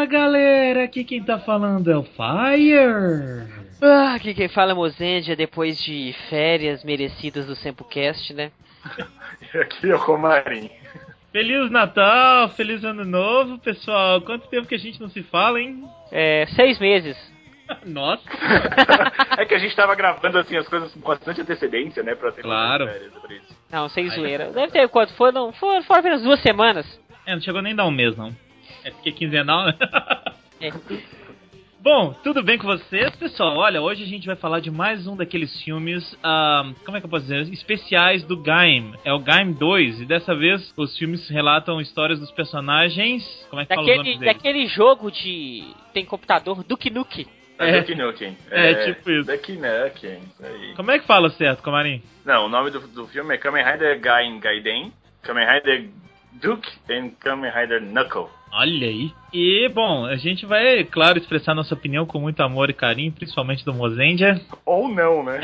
galera, aqui quem tá falando é o Fire. Aqui quem fala é Mozendia, depois de férias merecidas do Sempocast, né? E aqui é o Romarim. Feliz Natal, feliz Ano Novo, pessoal. Quanto tempo que a gente não se fala, hein? 6 meses. Nossa. É que a gente tava gravando assim as coisas com bastante antecedência, né? Pra ter Claro. férias, por isso. Não, sem zoeira. Deve ter quanto? Foram apenas 2 semanas. Não chegou nem a dar um mês, não. É porque quinzenal, né? É. Bom, tudo bem com vocês, pessoal? Olha, hoje a gente vai falar de mais um daqueles filmes, como é que eu posso dizer? Especiais do Gaim. É o Gaim 2, e dessa vez os filmes relatam histórias dos personagens... Como é que fala os nomes deles? Daquele jogo de... tem computador, Duke Nukem. Duke Nukem. Tipo isso. Duke Nukem, isso aí. Como é que fala certo, Comarim? Não, o nome do filme é Kamen Rider Gaiden, Kamen Rider Duke e Kamen Rider Knuckle. Olha aí. E, bom, a gente vai, claro, expressar nossa opinião com muito amor e carinho, principalmente do Mozendia. Ou não, né?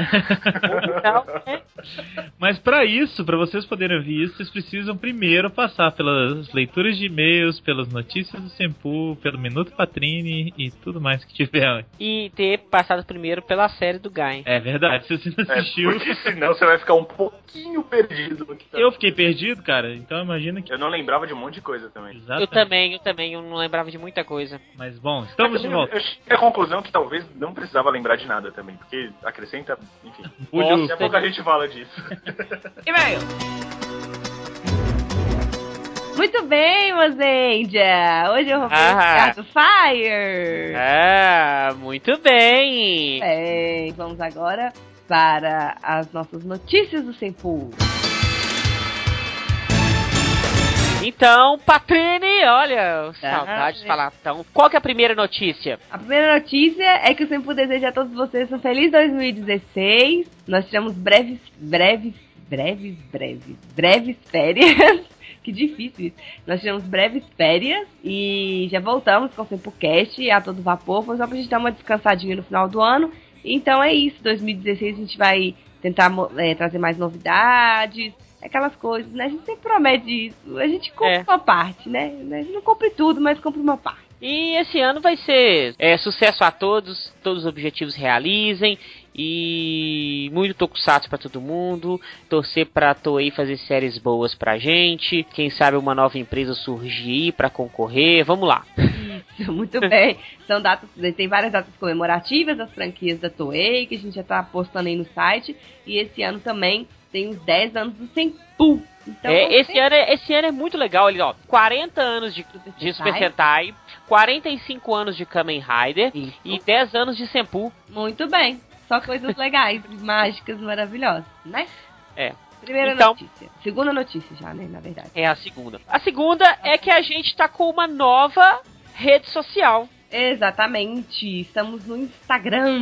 Mas pra isso, pra vocês poderem ouvir isso, vocês precisam primeiro passar pelas leituras de e-mails, pelas notícias do Senpu, pelo Minuto Patrine e tudo mais que tiver. E ter passado primeiro pela série do Gaim. É verdade, se você não assistiu... Porque senão você vai ficar um pouquinho perdido. Eu fiquei perdido, cara, então imagina que... Eu não lembrava de um monte de coisa também. Exatamente. Eu também, eu não lembrava de muita coisa. Mas bom, estamos de volta. Eu cheguei à conclusão que talvez não precisava lembrar de nada também, porque acrescenta, enfim. Nossa, Daqui a pouco a gente fala disso. E-mail. Muito bem, Mozendia. Hoje eu vou pegar do Fire. Muito bem. Vamos agora para as nossas notícias do Senpu. Então, Patrine, olha, saudade de falar então. Qual que é a primeira notícia? A primeira notícia é que o Senpu deseja a todos vocês um feliz 2016. Nós tiramos breves férias. Que difícil isso. Nós tiramos breves férias e já voltamos com o SempuCast a todo vapor. Foi só pra gente dar uma descansadinha no final do ano. Então é isso, 2016 a gente vai tentar trazer mais novidades, aquelas coisas, né? A gente sempre promete isso. A gente cumpre uma parte, né? A gente não cumpre tudo, mas cumpre uma parte. E esse ano vai ser sucesso a todos os objetivos realizem e muito tokusatsu pra todo mundo, torcer pra Toei fazer séries boas pra gente, quem sabe uma nova empresa surgir aí pra concorrer, vamos lá. Isso, muito bem. São datas, tem várias datas comemorativas das franquias da Toei, que a gente já tá postando aí no site, e esse ano também tem os 10 anos do Senpu. Então, esse ano é muito legal ali, ó. 40 anos de Super Sentai, 45 anos de Kamen Rider e 10 anos de Senpu. Muito bem. Só coisas legais, mágicas, maravilhosas, né? Primeira notícia. Segunda notícia já, né, na verdade. É a segunda. A segunda é que a gente tá com uma nova rede social. Exatamente. Estamos no Instagram.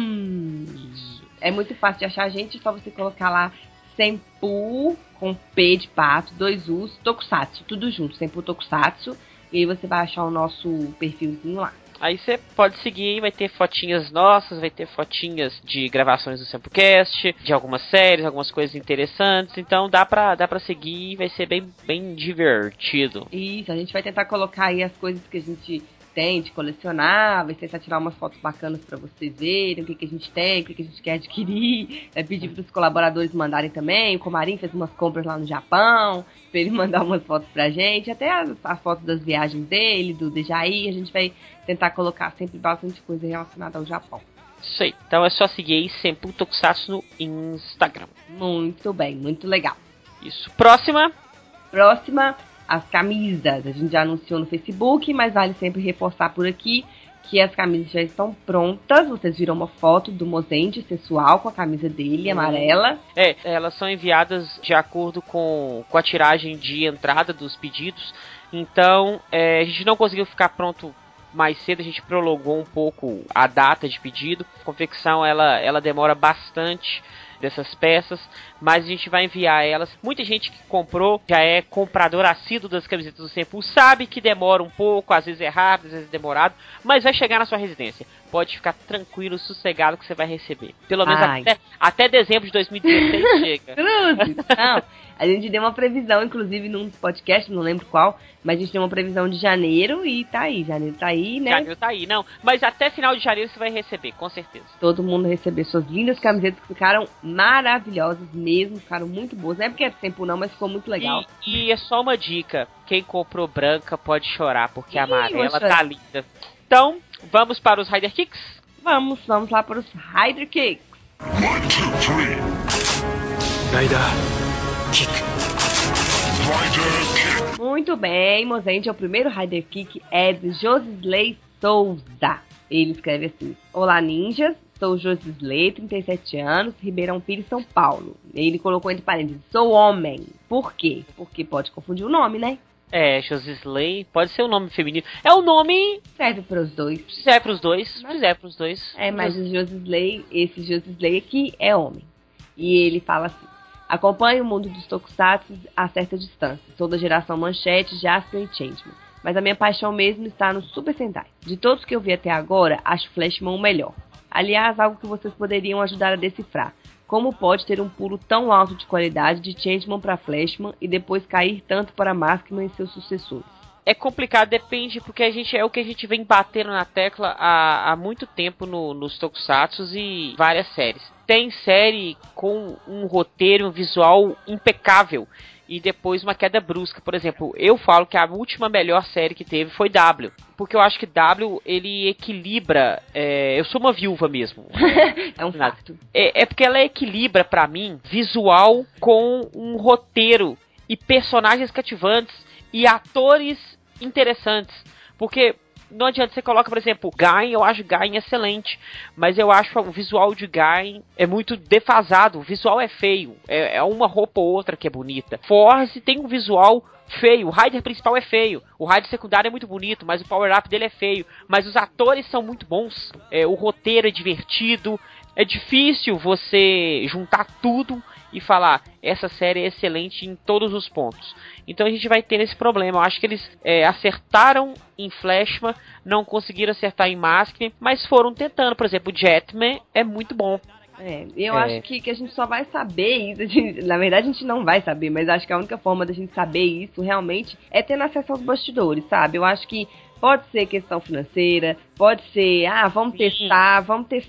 É muito fácil de achar a gente, só você colocar lá Senpu com P de pato, 2 U's, Tokusatsu, tudo junto, Senpu Tokusatsu, e aí você vai achar o nosso perfilzinho lá. Aí você pode seguir, vai ter fotinhas nossas, vai ter fotinhas de gravações do SempuCast, de algumas séries, algumas coisas interessantes, então dá pra seguir e vai ser bem divertido. Isso, a gente vai tentar colocar aí as coisas que a gente tem de colecionar, vai tentar tirar umas fotos bacanas pra vocês verem o que a gente tem, o que a gente quer adquirir, vai pedir pros colaboradores mandarem também. O Comarim fez umas compras lá no Japão, pra ele mandar umas fotos pra gente, até as fotos das viagens dele, do Dejaí, a gente vai tentar colocar sempre bastante coisa relacionada ao Japão. Isso aí, então é só seguir aí Senpu Tokusatsu no Instagram. Muito bem, muito legal. Isso, próxima, as camisas. A gente já anunciou no Facebook, mas vale sempre reforçar por aqui que as camisas já estão prontas. Vocês viram uma foto do Mozendia sensual com a camisa dele, amarela. Elas são enviadas de acordo com a tiragem de entrada dos pedidos. Então, a gente não conseguiu ficar pronto mais cedo, a gente prolongou um pouco a data de pedido. A confecção, ela demora bastante dessas peças, mas a gente vai enviar elas. Muita gente que comprou, já é comprador assíduo das camisetas do Senpu, sabe que demora um pouco, às vezes é rápido, às vezes é demorado, mas vai chegar na sua residência. pode ficar tranquilo, sossegado que você vai receber. Pelo menos até dezembro de 2016 chega. Cruzes! Não, a gente deu uma previsão, inclusive, num podcast, não lembro qual, mas a gente deu uma previsão de janeiro e tá aí. Janeiro tá aí, né? Janeiro tá aí, não. Mas até final de janeiro você vai receber, com certeza. Todo mundo recebeu suas lindas camisetas que ficaram maravilhosas mesmo, ficaram muito boas. Não é porque é tempo não, mas ficou muito legal. E é só uma dica, quem comprou branca pode chorar, porque a amarela tá linda. Então, vamos para os Rider Kicks? Vamos lá para os Rider Kicks. 1, 2, 3. Rider Kick. Rider Kick. Muito bem, gente, o primeiro Rider Kick é de Josisley Souza. Ele escreve assim: Olá, ninjas. Sou Josisley, 37 anos, Ribeirão Pires, São Paulo. Ele colocou entre parênteses: sou homem. Por quê? Porque pode confundir o nome, né? Josisley, pode ser um nome feminino. É o nome... Serve para os dois. Se quiser para os dois. Mas o Josisley, esse Josisley aqui é homem. E ele fala assim: acompanho o mundo dos tokusatsu a certa distância. Sou da geração Manchete, Jasper e Changeman. Mas a minha paixão mesmo está no Super Sentai. De todos que eu vi até agora, acho Flashman o melhor. Aliás, algo que vocês poderiam ajudar a decifrar. Como pode ter um pulo tão alto de qualidade de Changeman para Flashman e depois cair tanto para Maskman e seus sucessores? É complicado, depende, porque é o que a gente vem batendo na tecla há muito tempo nos tokusatsus e várias séries. Tem série com um roteiro, um visual impecável e depois uma queda brusca. Por exemplo, eu falo que a última melhor série que teve foi W, porque eu acho que W, ele equilibra... eu sou uma viúva mesmo. É um fato. É porque ela equilibra, pra mim, visual com um roteiro e personagens cativantes e atores interessantes. Porque não adianta, você coloca, por exemplo, Gain, eu acho Gain excelente, mas eu acho o visual de Gain é muito defasado, o visual é feio, é uma roupa ou outra que é bonita. Force tem um visual feio, o Rider principal é feio, o Rider secundário é muito bonito, mas o power-up dele é feio, mas os atores são muito bons, o roteiro é divertido, é difícil você juntar tudo e falar, essa série é excelente em todos os pontos. Então a gente vai ter esse problema. Eu acho que eles acertaram em Flashman, não conseguiram acertar em Maskman, mas foram tentando. Por exemplo, o Jetman é muito bom. Eu acho que a gente só vai saber isso. Na verdade, a gente não vai saber, mas acho que a única forma da gente saber isso realmente é tendo acesso aos bastidores, sabe? Eu acho que pode ser questão financeira, pode ser, vamos testar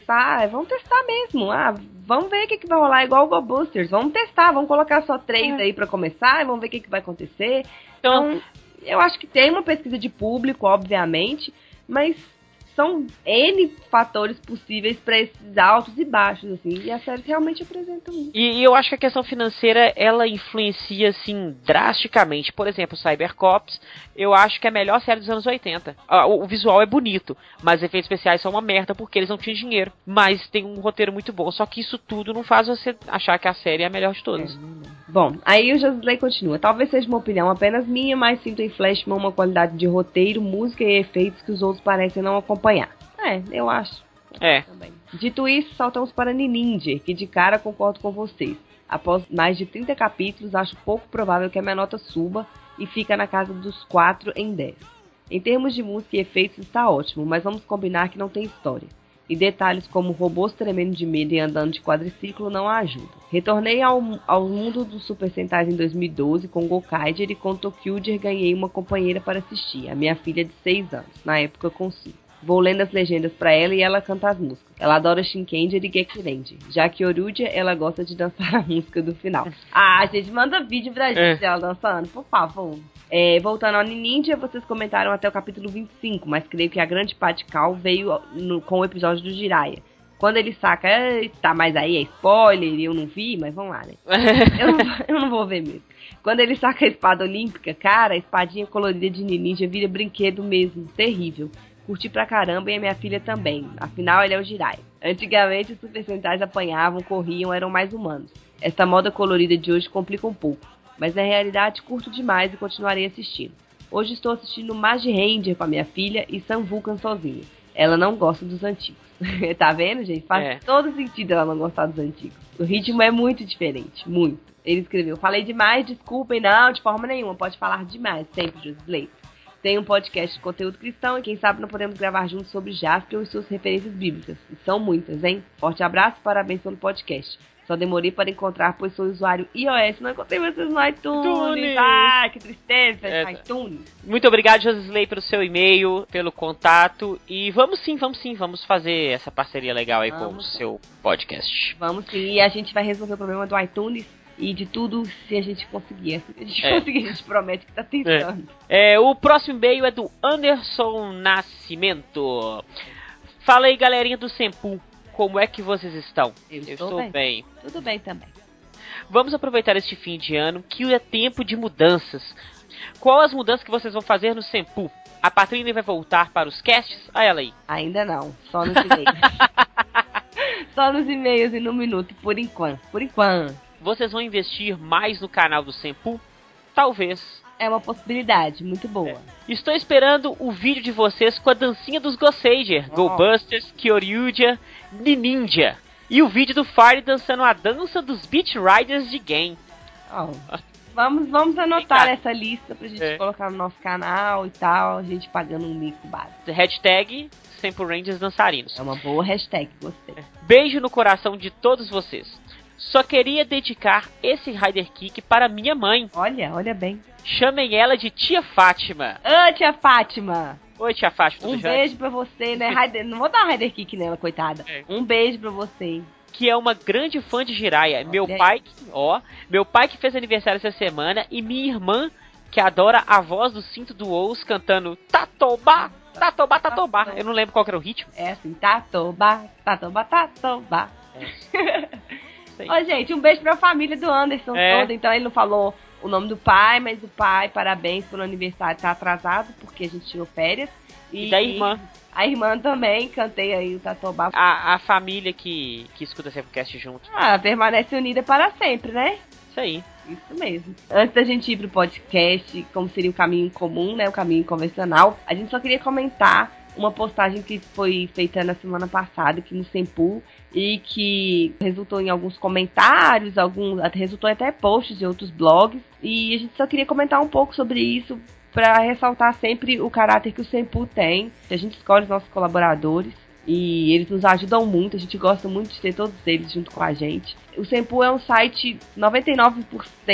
mesmo. Vamos ver o que vai rolar, igual o Go Boosters. Vamos testar, vamos colocar só 3 aí pra começar e vamos ver o que vai acontecer. Então, eu acho que tem uma pesquisa de público, obviamente, mas são N fatores possíveis para esses altos e baixos, assim, e as séries realmente apresentam isso. E eu acho que a questão financeira, ela influencia, assim, drasticamente. Por exemplo, Cybercops, eu acho que é a melhor série dos anos 80. O visual é bonito, mas os efeitos especiais são uma merda porque eles não tinham dinheiro. Mas tem um roteiro muito bom, só que isso tudo não faz você achar que a série é a melhor de todas. Bom, aí o Josisley continua. Talvez seja uma opinião apenas minha, mas sinto em Flashman uma qualidade de roteiro, música e efeitos que os outros parecem não acompanhar. Eu acho. Também. Dito isso, saltamos para Ninja, que de cara concordo com vocês. Após mais de 30 capítulos, acho pouco provável que a minha nota suba e fica na casa dos 4 em 10. Em termos de música e efeitos está ótimo, mas vamos combinar que não tem história. E detalhes como robôs tremendo de medo e andando de quadriciclo não a ajudam. Retornei ao mundo dos Super Sentais em 2012 com Gokaiger e com Tokyuger ganhei uma companheira para assistir, a minha filha de 6 anos, na época com 5. Vou lendo as legendas pra ela e ela canta as músicas. Ela adora Shinkenger e Gekirenger. Já que Orudia, ela gosta de dançar a música do final. Gente, manda vídeo pra gente dela dançando, por favor. Voltando ao Ninja, vocês comentaram até o capítulo 25, mas creio que a grande parte cal veio com o episódio do Jiraiya. Quando ele saca, mas aí é spoiler, eu não vi, mas vamos lá, né? eu não vou ver mesmo. Quando ele saca a espada olímpica, cara, a espadinha colorida de Ninja vira brinquedo mesmo, terrível. Curti pra caramba e a minha filha também. Afinal, ele é o Jiraiya. Antigamente, os Super Sentais apanhavam, corriam, eram mais humanos. Essa moda colorida de hoje complica um pouco. Mas na realidade, curto demais e continuarei assistindo. Hoje estou assistindo Magi Ranger com a minha filha e Sam Vulcan sozinha. Ela não gosta dos antigos. Tá vendo, gente? Faz todo sentido ela não gostar dos antigos. O ritmo é muito diferente. Muito. Ele escreveu: falei demais, desculpem. Não, de forma nenhuma. Pode falar demais. Sempre, Josisley. tem um podcast de conteúdo cristão e quem sabe não podemos gravar juntos sobre Jaspion e suas referências bíblicas. E são muitas, hein? Forte abraço e parabéns pelo podcast. Só demorei para encontrar, pois sou usuário iOS. Não encontrei vocês no iTunes. Ah, que tristeza, iTunes. Muito obrigado, Josisley, pelo seu e-mail, pelo contato. E vamos fazer essa parceria legal aí com o seu podcast. Vamos sim, e a gente vai resolver o problema do iTunes e de tudo se a gente conseguir. Se a gente conseguir, a gente promete que tá tentando. O próximo e-mail é do Anderson Nascimento. Fala aí, galerinha do Senpu. Como é que vocês estão? Eu estou bem. Tudo bem também. Vamos aproveitar este fim de ano, que é tempo de mudanças. Qual as mudanças que vocês vão fazer no Senpu? A Patrine vai voltar para os casts? Ah, ela aí. Ainda não, só nos e-mails. Só nos e-mails e no minuto, por enquanto. Vocês vão investir mais no canal do Senpu? Talvez. É uma possibilidade, muito boa. Estou esperando o vídeo de vocês com a dancinha dos Gossager, Go Busters, Kyoryuja, Ninja. E o vídeo do Fire dançando a dança dos Beach Riders de Game. Vamos anotar essa lista pra gente colocar no nosso canal e tal, a gente pagando um mico básico. Hashtag Senpu Rangers dançarinos. É uma boa hashtag, gostei. Beijo no coração de todos vocês. Só queria dedicar esse Rider Kick para minha mãe. Olha bem. Chamem ela de Tia Fátima. Ô, Tia Fátima. Oi, Tia Fátima. Um beijo pra você, né? Não vou dar um Rider Kick nela, coitada. Um beijo pra você. Que é uma grande fã de Jiraiya. Meu pai que fez aniversário essa semana e minha irmã que adora a voz do cinto do Ous cantando Tatobá, Tatobá, Tatobá. Eu não lembro qual que era o ritmo. É assim, Tatobá, Tatobá, Tatobá. Ô, gente, um beijo pra família do Anderson toda. Então ele não falou o nome do pai, mas o pai, parabéns pelo aniversário, tá atrasado, porque a gente tirou férias. E da irmã. A irmã também, cantei aí o Tatobá. A família que escuta esse podcast junto. Permanece unida para sempre, né? Isso aí. Isso mesmo. Antes da gente ir pro podcast, como seria o caminho comum, né? O caminho convencional, a gente só queria comentar uma postagem que foi feita na semana passada aqui no Senpu e que resultou em alguns comentários, resultou até posts de outros blogs, e a gente só queria comentar um pouco sobre isso para ressaltar sempre o caráter que o Senpu tem. A gente escolhe os nossos colaboradores e eles nos ajudam muito, a gente gosta muito de ter todos eles junto com a gente. O Senpu é um site 99%,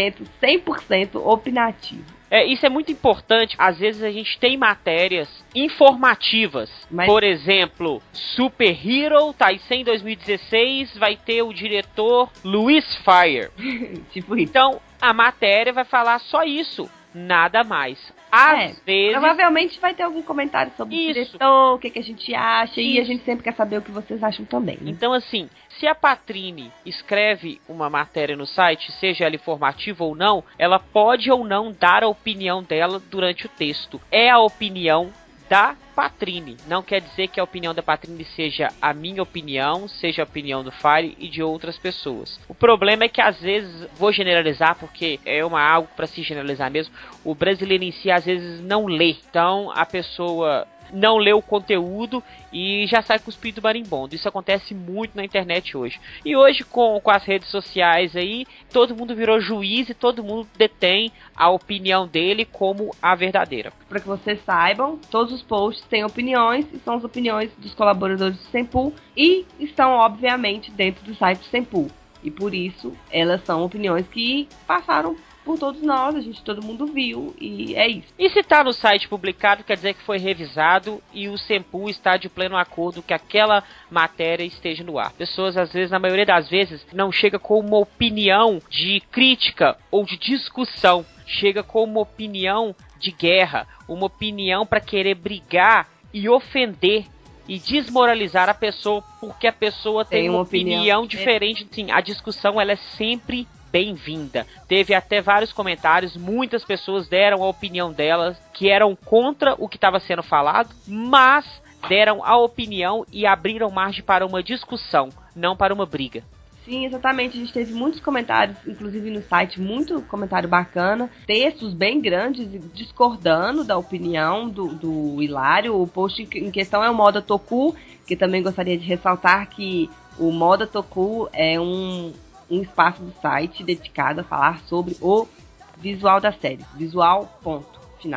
100% opinativo. Isso é muito importante. Às vezes a gente tem matérias informativas. Por exemplo, Super Hero Taisen 2016 vai ter o diretor Luis Fire. Tipo isso. Então, a matéria vai falar só isso. Nada mais. Às vezes... Provavelmente vai ter algum comentário sobre o diretor, o que a gente acha, e a gente sempre quer saber o que vocês acham também. Né? Então, assim, se a Patrine escreve uma matéria no site, seja ela informativa ou não, ela pode ou não dar a opinião dela durante o texto. É a opinião da Patrine. Não quer dizer que a opinião da Patrine seja a minha opinião, seja a opinião do Fire e de outras pessoas. O problema é que às vezes, vou generalizar porque é algo para se generalizar mesmo, o brasileiro em si às vezes não lê. Então a pessoa não lê o conteúdo e já sai cuspido marimbondo. Isso acontece muito na internet hoje. E hoje com as redes sociais aí, todo mundo virou juiz e todo mundo detém a opinião dele como a verdadeira. Para que vocês saibam, todos os posts têm opiniões e são as opiniões dos colaboradores do Senpu e estão obviamente dentro do site do Senpu. E por isso elas são opiniões que passaram por todos nós, todo mundo viu, e é isso. E se tá no site publicado, quer dizer que foi revisado e o Senpu está de pleno acordo que aquela matéria esteja no ar. Pessoas, às vezes, na maioria das vezes, não chega com uma opinião de crítica ou de discussão, chega com uma opinião de guerra, uma opinião para querer brigar e ofender e desmoralizar a pessoa porque a pessoa tem uma opinião diferente. Sim, a discussão ela é sempre bem-vinda. Teve até vários comentários, muitas pessoas deram a opinião delas, que eram contra o que estava sendo falado, mas deram a opinião e abriram margem para uma discussão, não para uma briga. Sim, exatamente. A gente teve muitos comentários, inclusive no site, muito comentário bacana, textos bem grandes discordando da opinião do Hilário. O post em questão é o Moda Toku, que também gostaria de ressaltar que o Moda Toku é um espaço do site dedicado a falar sobre o visual da série. Visual, ponto, final.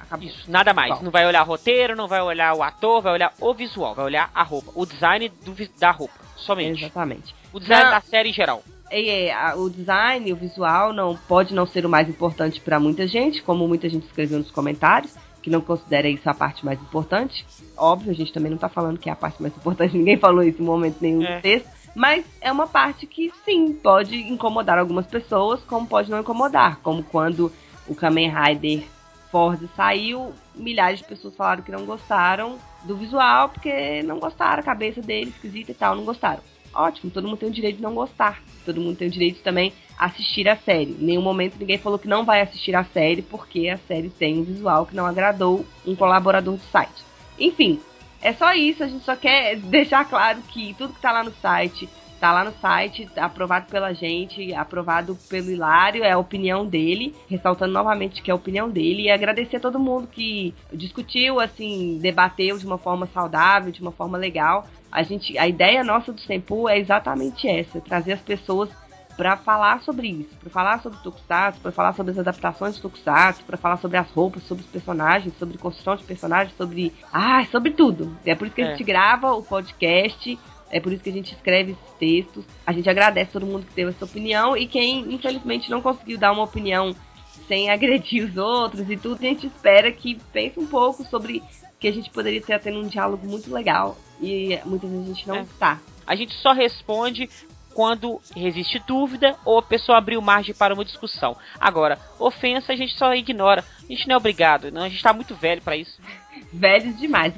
Acabou. Isso, nada mais. Bom. Não vai olhar roteiro, não vai olhar o ator, vai olhar o visual, vai olhar a roupa, o design da roupa, somente. Exatamente. O design da série em geral. O design, o visual pode não ser o mais importante para muita gente, como muita gente escreveu nos comentários, que não considera isso a parte mais importante. Óbvio, a gente também não tá falando que é a parte mais importante, ninguém falou isso em momento nenhum do texto, mas é uma parte que sim, pode incomodar algumas pessoas, como pode não incomodar, como quando o Kamen Rider Force saiu, milhares de pessoas falaram que não gostaram do visual, porque não gostaram, a cabeça dele esquisita e tal, não gostaram. Ótimo, todo mundo tem o direito de não gostar. Todo mundo tem o direito de também assistir a série. Em nenhum momento ninguém falou que não vai assistir a série porque a série tem um visual que não agradou um colaborador do site. Enfim, é só isso. A gente só quer deixar claro que tudo que tá lá no site, aprovado pela gente, aprovado pelo Hilário, é a opinião dele, ressaltando novamente que é a opinião dele, e agradecer a todo mundo que discutiu, assim, debateu de uma forma saudável, de uma forma legal. A ideia nossa do Senpu é exatamente essa, trazer as pessoas para falar sobre isso, para falar sobre Tokusatsu, para falar sobre as adaptações de Tokusatsu, para falar sobre as roupas, sobre os personagens, sobre construção de personagens, sobre tudo. É por isso que a gente grava o podcast, é por isso que a gente escreve esses textos. A gente agradece todo mundo que teve essa opinião, e quem infelizmente não conseguiu dar uma opinião sem agredir os outros e tudo, a gente espera que pense um pouco sobre que a gente poderia estar tendo um diálogo muito legal, e muitas vezes a gente não está. A gente só responde quando existe dúvida ou a pessoa abriu margem para uma discussão. Agora, ofensa a gente só ignora. A gente não é obrigado, não, a gente tá muito velho pra isso. Velhos demais.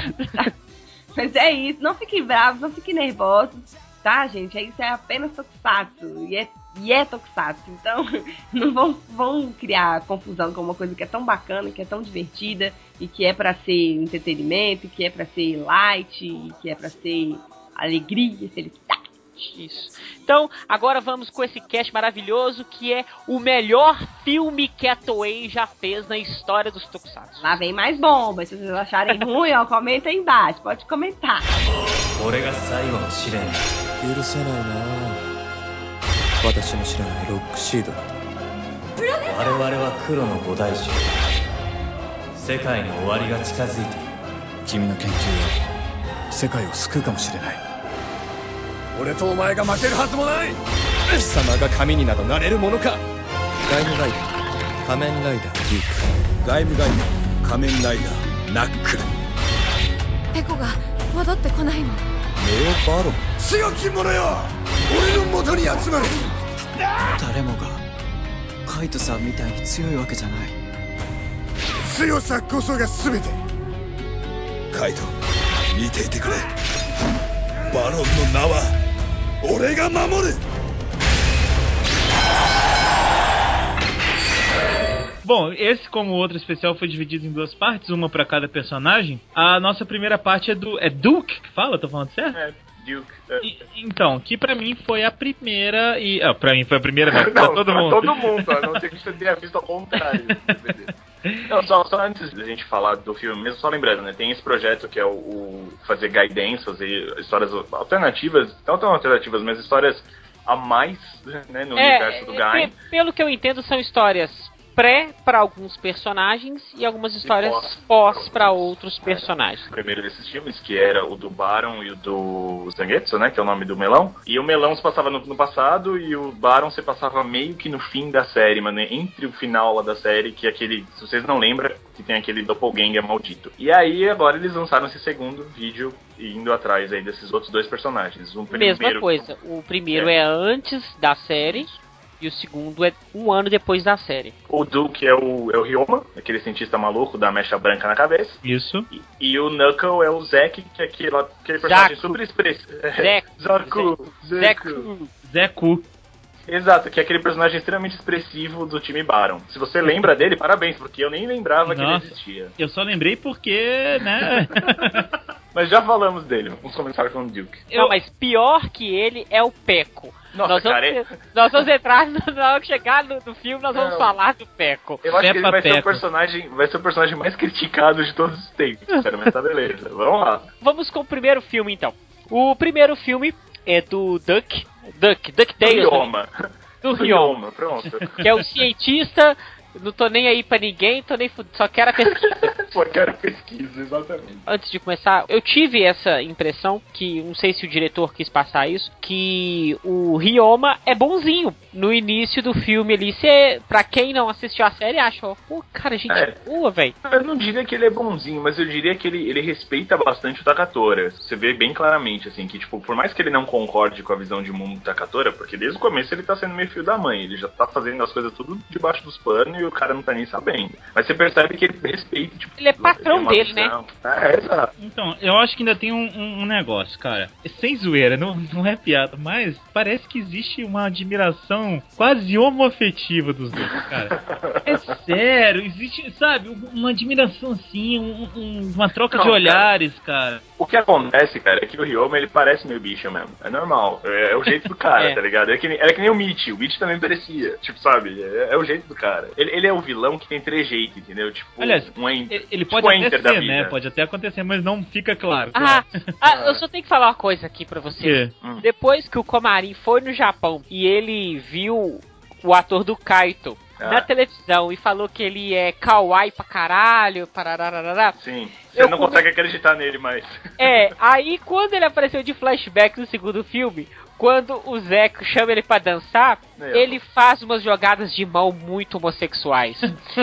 Mas é isso, não fiquem bravos, não fiquem nervosos, tá, gente? Isso é apenas Tokusatsu, e é Tokusatsu. Então, não vão criar confusão com uma coisa que é tão bacana, que é tão divertida, e que é pra ser entretenimento, e que é pra ser light, e que é pra ser alegria, felicidade. Isso. Então, agora vamos com esse cast maravilhoso, que é o melhor filme que a Toei já fez na história dos Tokusatsu. Lá vem mais bomba. Se vocês acharem ruim, comenta aí embaixo. Pode comentar. Bom, esse, como o outro especial, foi dividido em duas partes, uma pra cada personagem. A nossa primeira parte é Duke que fala? Tô falando certo? É, Duke. Então, que pra mim foi a primeira e... pra mim foi a primeira, não, pra todo mundo. Pra todo mundo, a não ser que você tenha visto ao contrário. Não, só antes da gente falar do filme mesmo, só lembrando, né? Tem esse projeto que é o fazer guidance, fazer histórias alternativas, não tão alternativas, mas histórias a mais, né, no universo do Gaim. Pelo que eu entendo, são histórias pré para alguns personagens e algumas histórias pós para outros personagens. O primeiro desses filmes, que era o do Baron e o do Zangetsu, né, que é o nome do Melão. E o Melão se passava no passado e o Baron se passava meio que no fim da série, mano, entre o final lá da série, que é aquele, se vocês não lembram, que tem aquele doppelganger maldito. E aí agora eles lançaram esse segundo vídeo indo atrás aí desses outros dois personagens. Mesma coisa, o primeiro é antes da série. E o segundo é um ano depois da série. O Duke é o Ryoma, aquele cientista maluco da mecha branca na cabeça. Isso. E o Knuckle é o Zack, que é aquele personagem super expressivo. Zeku. Exato, que é aquele personagem extremamente expressivo do time Baron. Se você lembra dele, parabéns, porque eu nem lembrava que ele existia. Eu só lembrei porque, né? Mas já falamos dele, vamos começar com o Duke. Não, mas pior que ele é o Peco. Nossa, nós vamos entrar, na hora que chegar no filme, nós vamos falar do Peco. Eu acho que ele vai ser o personagem mais criticado de todos os tempos, cara, mas tá beleza, vamos lá. Vamos com o primeiro filme, então. O primeiro filme é do DuckTales. Do Ryoma, pronto. Que é o cientista Não tô nem aí pra ninguém, só quero a pesquisa. Só quero a pesquisa, exatamente. Antes de começar, eu tive essa impressão, que não sei se o diretor quis passar isso, que o Ryoma é bonzinho. No início do filme ali, pra quem não assistiu a série, acha, pô, cara, gente boa, velho. Eu não diria que ele é bonzinho, mas eu diria que ele respeita bastante o Takatora. Você vê bem claramente, assim, que, tipo, por mais que ele não concorde com a visão de mundo do Takatora, porque desde o começo ele tá sendo meio filho da mãe, ele já tá fazendo as coisas tudo debaixo dos panos e o cara não tá nem sabendo. Mas você percebe que ele respeita, tipo... Ele é patrão dele, visão, né? Exato. Então, eu acho que ainda tem um negócio, cara. Sem zoeira, não é piada, mas parece que existe uma admiração quase homoafetiva dos dois, cara. É sério, existe, sabe, uma admiração assim, uma troca de olhares, cara. O que acontece, cara, é que o Ryoma, ele parece meio bicho mesmo. É normal. É o jeito do cara, tá ligado? Era que nem o Mitch. O Mitch também parecia. Tipo, sabe? É o jeito do cara. Ele é o vilão que tem trejeitos, entendeu? Tipo, aliás, ele pode até ser, né? Pode até acontecer, mas não fica claro. Eu só tenho que falar uma coisa aqui pra você. Depois que o Komarin foi no Japão e ele viu o ator do Kaito na televisão e falou que ele é kawaii pra caralho, parararará. Sim, você não consegue acreditar nele mais. Aí quando ele apareceu de flashback no segundo filme, quando o Zeco chama ele pra dançar, ele faz umas jogadas de mão muito homossexuais.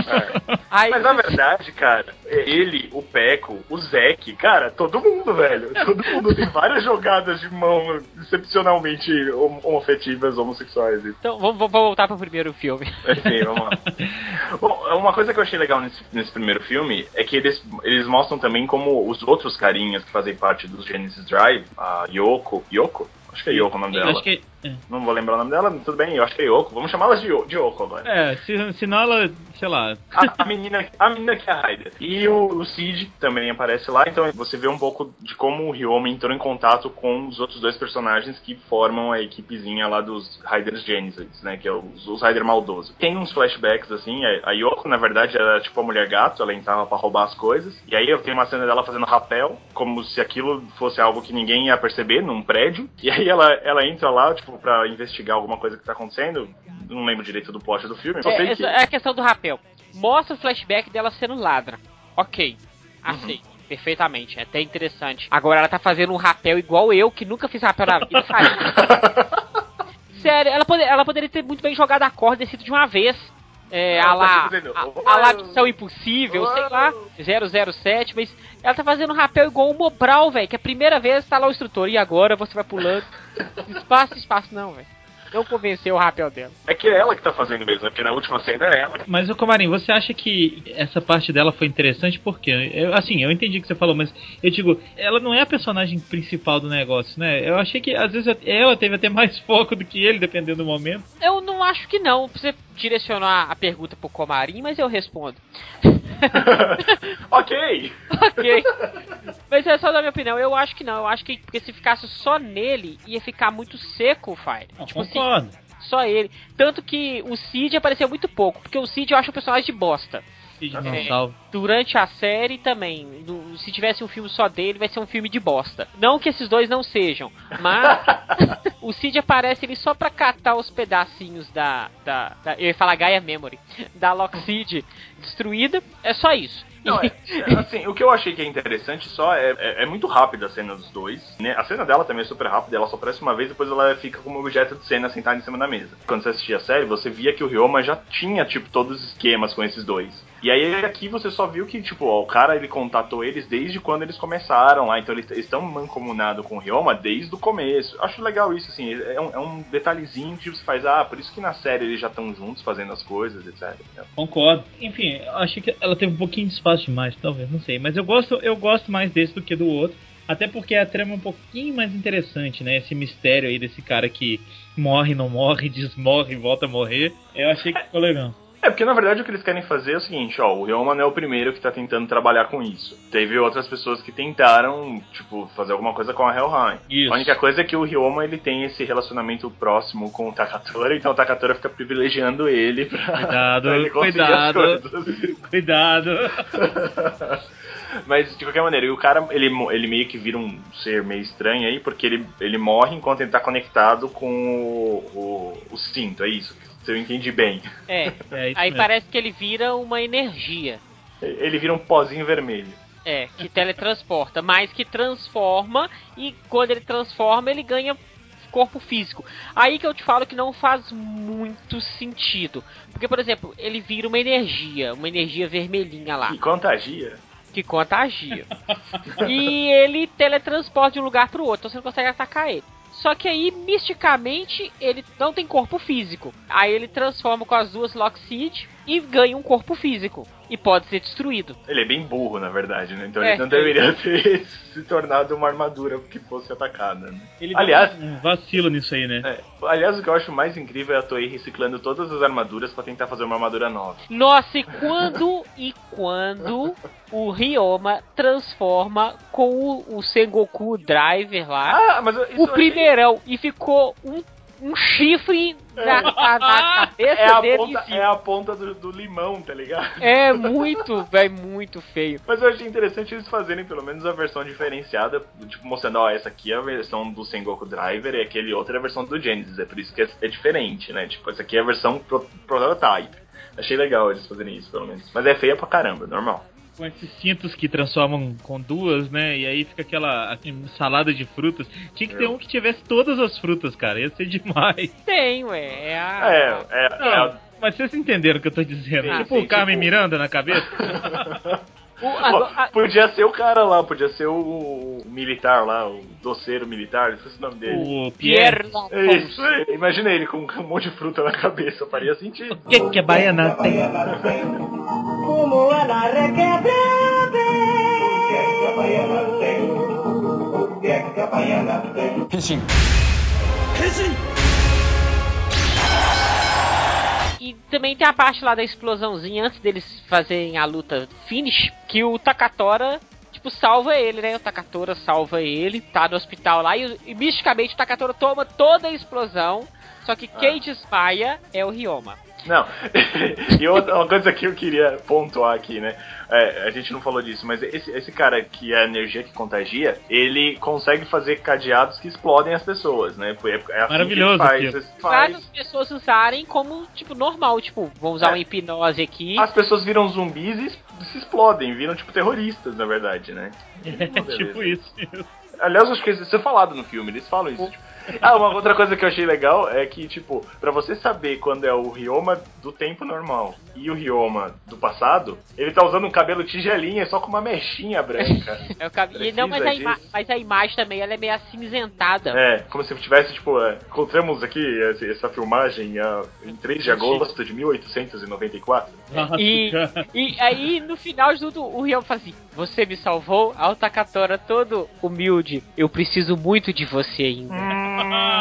Aí, mas na verdade, cara, ele, o Peco, o Zek, cara, todo mundo, velho. Todo mundo tem várias jogadas de mão excepcionalmente homoafetivas, homossexuais. Então, vamos voltar pro primeiro filme. Enfim, vamos lá. Bom, uma coisa que eu achei legal nesse primeiro filme é que eles mostram também como os outros carinhas que fazem parte dos Genesis Drive, a Yoko? Acho que é Yoko o nome dela. Acho que Não vou lembrar o nome dela, tudo bem, eu acho que é Yoko. Vamos chamá-las de Yoko agora. Senão ela, sei lá. A menina que é a Ryder. E o Cid também aparece lá, então você vê um pouco de como o Ryoma entrou em contato com os outros dois personagens que formam a equipezinha lá dos Riders Genesis, né, que é os Rider maldoso. Tem uns flashbacks assim, a Yoko na verdade era tipo a mulher gato, ela entrava pra roubar as coisas, e aí eu tenho uma cena dela fazendo rapel, como se aquilo fosse algo que ninguém ia perceber num prédio, e aí ela entra lá, tipo, pra investigar alguma coisa que tá acontecendo, não lembro direito do plot do filme. É a questão do rapel. Mostra o flashback dela sendo ladra. Ok, aceito. Perfeitamente, é até interessante. Agora ela tá fazendo um rapel igual eu, que nunca fiz rapel na vida. Sério, ela poderia ter muito bem jogado a corda e descido de uma vez. A lá Missão Impossível, sei lá, 007, mas ela tá fazendo um rapel igual o Mobral, velho, que a primeira vez tá lá o instrutor, e agora você vai pulando. Espaço não, velho. Não convenceu o rapel dela. É que é ela que tá fazendo mesmo, porque na última cena é ela. Mas, Komarin, você acha que essa parte dela foi interessante? Por quê? Eu entendi o que você falou, mas eu digo, ela não é a personagem principal do negócio, né? Eu achei que, às vezes, ela teve até mais foco do que ele, dependendo do momento. Eu não acho que não. Você direcionar a pergunta pro Komarin, mas eu respondo. Ok. Mas é só da minha opinião. Eu acho que não. Eu acho que porque se ficasse só nele, ia ficar muito seco o Fire. Tipo assim, só ele. Tanto que o Cid apareceu muito pouco. Porque o Cid eu acho um personagem de bosta. Durante a série também. Se tivesse um filme só dele, vai ser um filme de bosta. Não que esses dois não sejam, mas o Cid aparece ali só pra catar os pedacinhos da eu ia falar Gaia Memory, da Lockseed destruída. É só isso. Não, assim, o que eu achei que é interessante só é muito rápida a cena dos dois, né? A cena dela também é super rápida, ela só aparece uma vez e depois ela fica como objeto de cena sentada em cima da mesa. Quando você assistia a série, você via que o Ryoma já tinha, tipo, todos os esquemas com esses dois. E aí aqui você só viu que, tipo, o cara, ele contatou eles desde quando eles começaram lá, então eles estão mancomunados com o Ryoma desde o começo. Acho legal isso, assim, é um detalhezinho que você faz, por isso que na série eles já estão juntos fazendo as coisas, etc. Concordo. Enfim, eu achei que ela teve um pouquinho de espaço demais, talvez, não sei. Mas eu gosto mais desse do que do outro. Até porque a trama é um pouquinho mais interessante, né? Esse mistério aí desse cara que morre, não morre, desmorre, volta a morrer. Eu achei que ficou legal. Porque na verdade o que eles querem fazer é o seguinte, o Ryoma não é o primeiro que tá tentando trabalhar com isso. Teve outras pessoas que tentaram, tipo, fazer alguma coisa com a Helheim. Isso. A única coisa é que o Ryoma, ele tem esse relacionamento próximo com o Takatora, então o Takatora fica privilegiando ele pra ele conseguir as coisas. Cuidado. Mas, de qualquer maneira, e o cara, ele meio que vira um ser meio estranho aí, porque ele morre enquanto ele tá conectado com o cinto, é isso, se eu entendi bem. É, isso aí mesmo. parece que ele vira uma energia. Ele vira um pozinho vermelho. Que teletransporta, mas que transforma, e quando ele transforma, ele ganha corpo físico. Aí que eu te falo que não faz muito sentido. Porque, por exemplo, ele vira uma energia vermelhinha lá, E contagia. que contagia. E ele teletransporta de um lugar pro outro, então você não consegue atacar ele. Só que aí, misticamente, ele não tem corpo físico. Aí ele transforma com as duas Lockseed e ganha um corpo físico. E pode ser destruído. Ele é bem burro, na verdade, né? Então ele não deveria ter se tornado uma armadura que fosse atacada, né? Ele Aliás, deu um vacilo nisso aí, né? aliás, o que eu acho mais incrível é a Toei reciclando todas as armaduras pra tentar fazer uma armadura nova. Nossa, e quando o Ryoma transforma com o Sengoku Driver lá, Ah, mas isso o eu achei... primeirão, e ficou um chifre na cabeça dele em É cima. a ponta do limão, tá ligado? É muito, velho, muito feio. Mas eu achei interessante eles fazerem pelo menos a versão diferenciada, tipo, mostrando, ó, essa aqui é a versão do Sengoku Driver e aquele outro é a versão do Genesis, é por isso que é diferente, né? Tipo, essa aqui é a versão prototype. Achei legal eles fazerem isso, pelo menos. Mas é feia pra caramba, normal. Com esses cintos que transformam com duas, né? E aí fica aquela salada de frutas. Tinha que ter um que tivesse todas as frutas, cara. Ia ser demais. Tem, ué, Não, mas vocês entenderam o que eu tô dizendo. Sim, Tipo sim, o Carmen tipo- Miranda na cabeça. Podia ser o cara lá, podia ser o militar lá, o doceiro militar, esqueci o nome dele. O Pierre. Pierre É isso aí, imagina ele com um monte de fruta na cabeça, faria sentido. O que a baiana tem? Como ela requebra Henshin. E também tem a parte lá da explosãozinha antes deles fazerem a luta finish, que o Takatora, tipo, salva ele, né? O Takatora salva ele, tá no hospital lá, e misticamente o Takatora toma toda a explosão, só que quem desmaia é o Ryoma. Não, e uma coisa que eu queria pontuar aqui, né? A gente não falou disso, mas esse cara que é a energia que contagia, ele consegue fazer cadeados que explodem as pessoas, né? É assim Maravilhoso que ele aquilo. Faz as pessoas usarem como, tipo, normal, tipo, vamos usar uma hipnose aqui. As pessoas viram zumbis e se explodem, viram tipo terroristas, na verdade, né? É tipo isso. Aliás, acho que isso é falado no filme, eles falam isso. Tipo. Uma outra coisa que eu achei legal é que, tipo, pra você saber quando é o Ryoma do tempo normal e o Ryoma do passado, ele tá usando um cabelo tigelinha só com uma mechinha branca. Mas a imagem também ela é meio acinzentada. Como se tivesse, tipo, encontramos aqui essa filmagem em 3 de agosto de 1894. Nossa, cara. E aí, no final de tudo, o Ryoma fala assim: você me salvou? A Takatora todo humilde. Eu preciso muito de você ainda.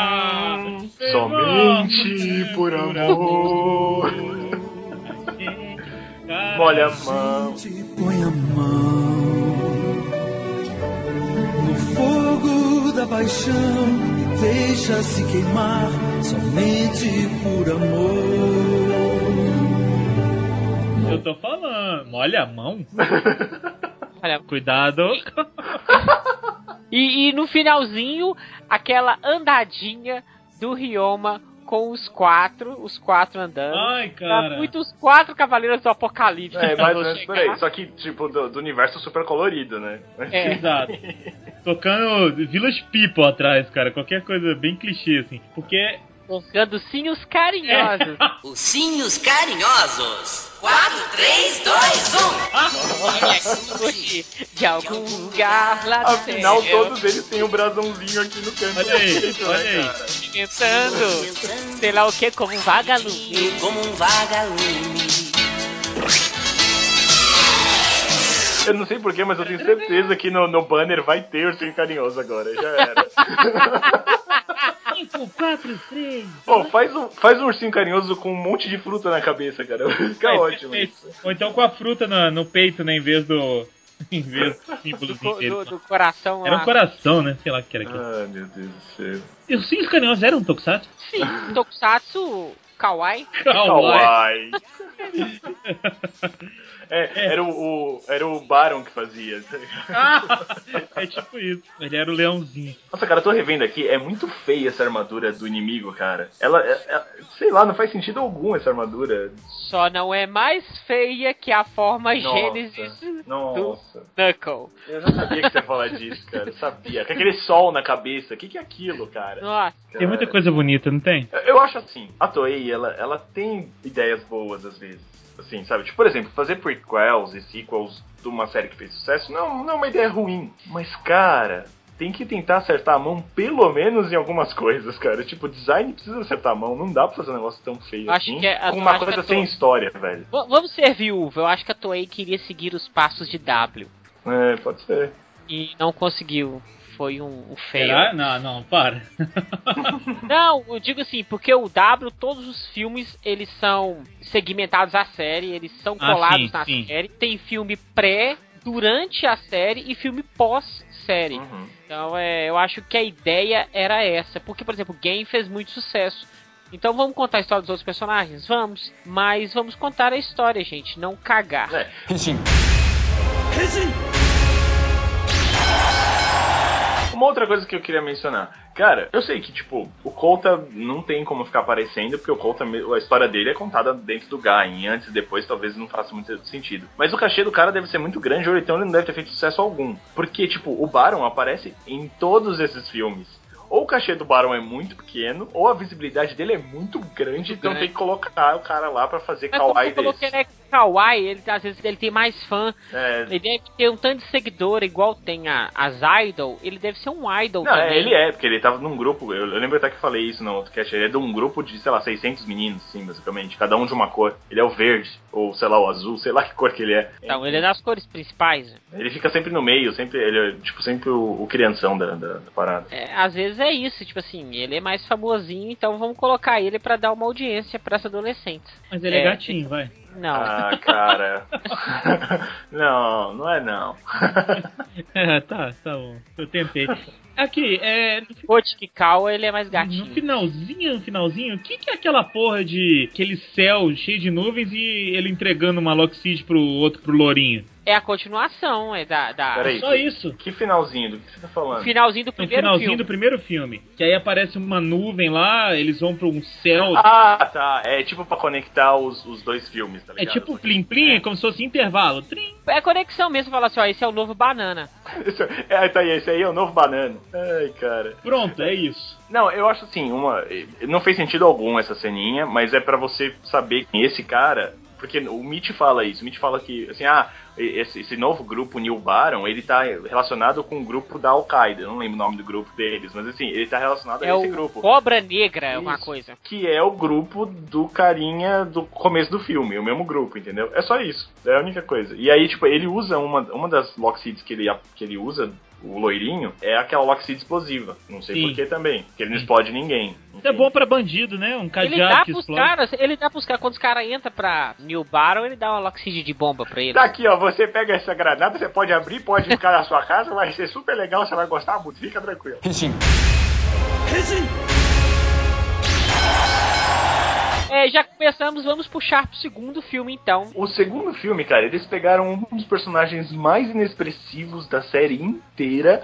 Somente por amor. Molha a mão. põe a mão no fogo da paixão e deixa-se queimar somente por amor. Eu tô falando. Molha a mão. Olha, Cuidado. E no finalzinho, aquela andadinha do Ryoma com os quatro andando. Ai, cara. Tá muito os 4 cavaleiros do Apocalipse. Mais ou menos por aí. Só que, tipo, do universo super colorido, né? Exato. Tocando Village People atrás, cara. Qualquer coisa bem clichê, assim. Porque... Tocando ursinhos carinhosos. Ursinhos carinhosos. 4, 3, 2, 1. De algum lugar lá do Afinal, céu. todos eles têm um brasãozinho aqui no canto. Olha aí, direito, olha né, aí. cara? Pensando, sei lá o que, como um vagalume. Como um vagalume. Eu não sei porquê, mas eu tenho certeza que no banner vai ter ursinho carinhoso agora. Já era. 5, 4, 3. Pô, faz um ursinho carinhoso com um monte de fruta na cabeça, cara. Fica ótimo isso. Ou então com a fruta no peito, né? Em vez do símbolozinho dele. Do coração Era lá. um coração, né? Sei lá o que era aquilo. Ai, meu Deus do céu. E os ursinhos carinhosos eram um tokusatsu? Sim, Tokusatsu Kawaii. Kawaii. Era o Baron que fazia. É tipo isso. Ele era o leãozinho. Nossa, cara, eu tô revendo aqui, é muito feia essa armadura do inimigo, cara. Ela sei lá, não faz sentido algum essa armadura. Só não é mais feia que a forma Gênesis do Knuckle. Eu já sabia que você ia falar disso, cara. Eu sabia. Com aquele sol na cabeça. O que é aquilo, cara? Nossa. Tem muita coisa bonita, não tem? Eu acho assim, a Toei, ela tem ideias boas às vezes. Assim, sabe? Tipo, por exemplo, fazer prequels e sequels de uma série que fez sucesso não é uma ideia ruim. Mas, cara, tem que tentar acertar a mão pelo menos em algumas coisas, cara. Tipo, design precisa acertar a mão. Não dá pra fazer um negócio tão feio Acho assim. que Com uma coisa sem história, velho. Vamos ser viúva. Eu acho que a Toei queria seguir os passos de W. Pode ser. E não conseguiu. Foi um fail. Será? Não, para. Não, eu digo assim, porque o W, todos os filmes, eles são segmentados à série, eles são colados na série. Tem filme pré, durante a série e filme pós-série. Uhum. Então, eu acho que a ideia era essa. Porque, por exemplo, o Game fez muito sucesso. Então vamos contar a história dos outros personagens? Vamos. Mas vamos contar a história, gente. Não cagar. Uma outra coisa que eu queria mencionar. Cara, eu sei que, tipo, o Kouta não tem como ficar aparecendo, porque o Kouta, a história dele é contada dentro do Gaim. Antes e depois talvez não faça muito sentido. Mas o cachê do cara deve ser muito grande, ou então ele não deve ter feito sucesso algum. Porque, tipo, o Baron aparece em todos esses filmes. Ou o cachê do Baron é muito pequeno, ou a visibilidade dele é muito grande, então tem que colocar o cara lá pra fazer kawaii desse. Que ele é kawaii, ele, às vezes ele tem mais fã, ele deve ter um tanto de seguidor, igual tem as idol, ele deve ser um idol também. Ele é, porque ele tava num grupo, eu lembro até que eu falei isso no outro cast, ele é de um grupo de, sei lá, 600 meninos, sim, basicamente, cada um de uma cor. Ele é o verde, ou sei lá, o azul, sei lá que cor que ele é. Então, ele é das cores principais. Né? Ele fica sempre no meio, ele é, tipo, sempre o crianção da parada. Às vezes é isso, tipo assim, ele é mais famosinho, então vamos colocar ele pra dar uma audiência pra essa adolescente. Mas ele é gatinho, vai. Não. Ah, cara. não é não. Tá bom. Eu tentei. Aqui, Kotikikawa, ele é mais gatinho. No finalzinho, o que é aquela porra de aquele céu cheio de nuvens e ele entregando uma Lockseed pro outro, pro Lourinho? É a continuação, Peraí, só isso. Que finalzinho? Do que você tá falando? O finalzinho do primeiro filme. Que aí aparece uma nuvem lá, eles vão pra um céu. Ah, tá. É tipo pra conectar os dois filmes, tá ligado? É tipo Plim Plim, é como se fosse intervalo. Trim. É conexão mesmo, falar assim, ó, esse é o novo Banana. Esse aí é o novo Banana. Ai, cara. Pronto, é isso. Não, eu acho assim, não fez sentido algum essa ceninha, mas é pra você saber que esse cara... Porque o Mitch fala isso. O Mitch fala que, assim, esse novo grupo, New Baron, ele tá relacionado com o grupo da Al-Qaeda. Eu não lembro o nome do grupo deles, mas assim, ele tá relacionado a esse grupo. Cobra Negra, alguma coisa. Que é o grupo do carinha do começo do filme, o mesmo grupo, entendeu? É só isso. É a única coisa. E aí, tipo, ele usa uma das Lockseeds que ele usa, o loirinho, é aquela Lockseed explosiva. Não sei por que também. Porque ele não explode ninguém. Isso é bom pra bandido, né? Um cadeado que explode. Ele dá pros caras, quando os caras entram pra New Baron, ele dá uma Lockseed de bomba pra eles. Tá aqui, ó, você pega essa granada, você pode abrir, pode ficar na sua casa, vai ser super legal, você vai gostar muito, fica tranquilo. Já começamos, vamos puxar pro segundo filme então. O segundo filme, cara, eles pegaram um dos personagens mais inexpressivos da série inteira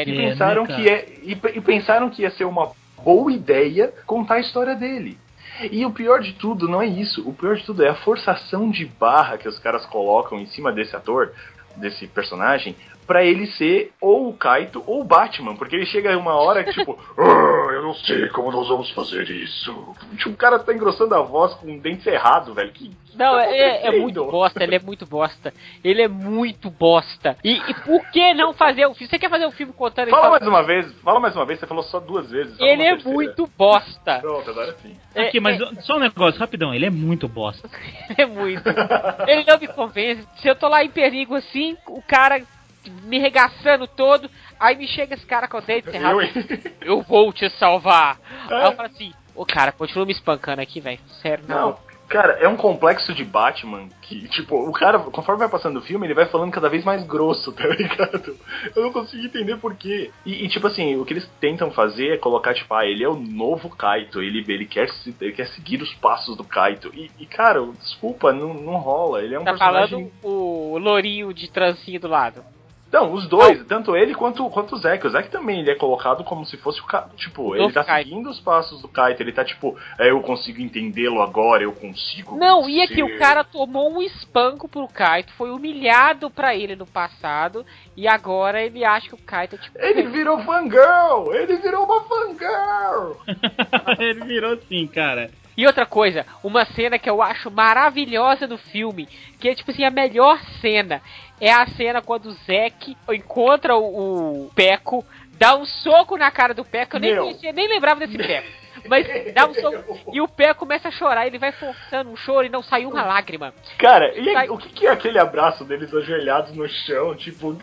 e pensaram que ia ser uma boa ideia contar a história dele. E o pior de tudo não é isso, o pior de tudo é a forçação de barra que os caras colocam em cima desse ator, desse personagem, pra ele ser ou o Kaito ou o Batman, porque ele chega uma hora que tipo, eu não sei como nós vamos fazer isso. Tipo, o cara tá engrossando a voz com um dente cerrado, velho. Não, é muito bosta, ele é muito bosta. Ele é muito bosta. E por que não fazer o filme? Você quer fazer o filme contando... Fala mais uma vez, você falou só 2 vezes. Ele é muito bosta. Pronto, agora sim. Aqui, mas só um negócio, rapidão, ele é muito bosta. Ele é muito. Ele não me convence. Se eu tô lá em perigo assim, o cara... me regaçando todo, aí me chega esse cara com o dente cerrado, eu vou te salvar. Aí eu falo assim, cara, continua me espancando aqui, velho, sério, não. Cara, é um complexo de Batman que, tipo, o cara, conforme vai passando o filme, ele vai falando cada vez mais grosso, tá ligado? Eu não consigo entender por quê. E tipo assim, o que eles tentam fazer é colocar, tipo, ele é o novo Kaito, ele quer seguir os passos do Kaito. E cara, desculpa, não rola. Ele é um personagem... falando o lourinho de trancinho do lado. Não, os dois, tanto ele quanto o Zack. O Zack também, ele é colocado como se fosse o Kaito. Tipo, ele tá seguindo os passos do Kaito. Ele tá tipo, eu consigo entendê-lo agora, eu consigo Não, vencer. e aqui o cara tomou um espanco pro Kaito, foi humilhado pra ele no passado, e agora ele acha que o Kaito é tipo... Ele virou fangirl! Ele virou uma fangirl! Ele virou sim, cara. E outra coisa, uma cena que eu acho maravilhosa no filme, que é tipo assim, a melhor cena, é a cena quando o Zack encontra o Peco, dá um soco na cara do Peco, eu nem lembrava desse Peco, mas dá um soco, e o Peco começa a chorar, ele vai forçando um choro e não sai uma lágrima. Cara, o que é aquele abraço deles ajoelhados no chão, tipo,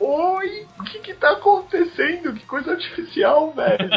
oi, o que tá acontecendo? Que coisa artificial, velho.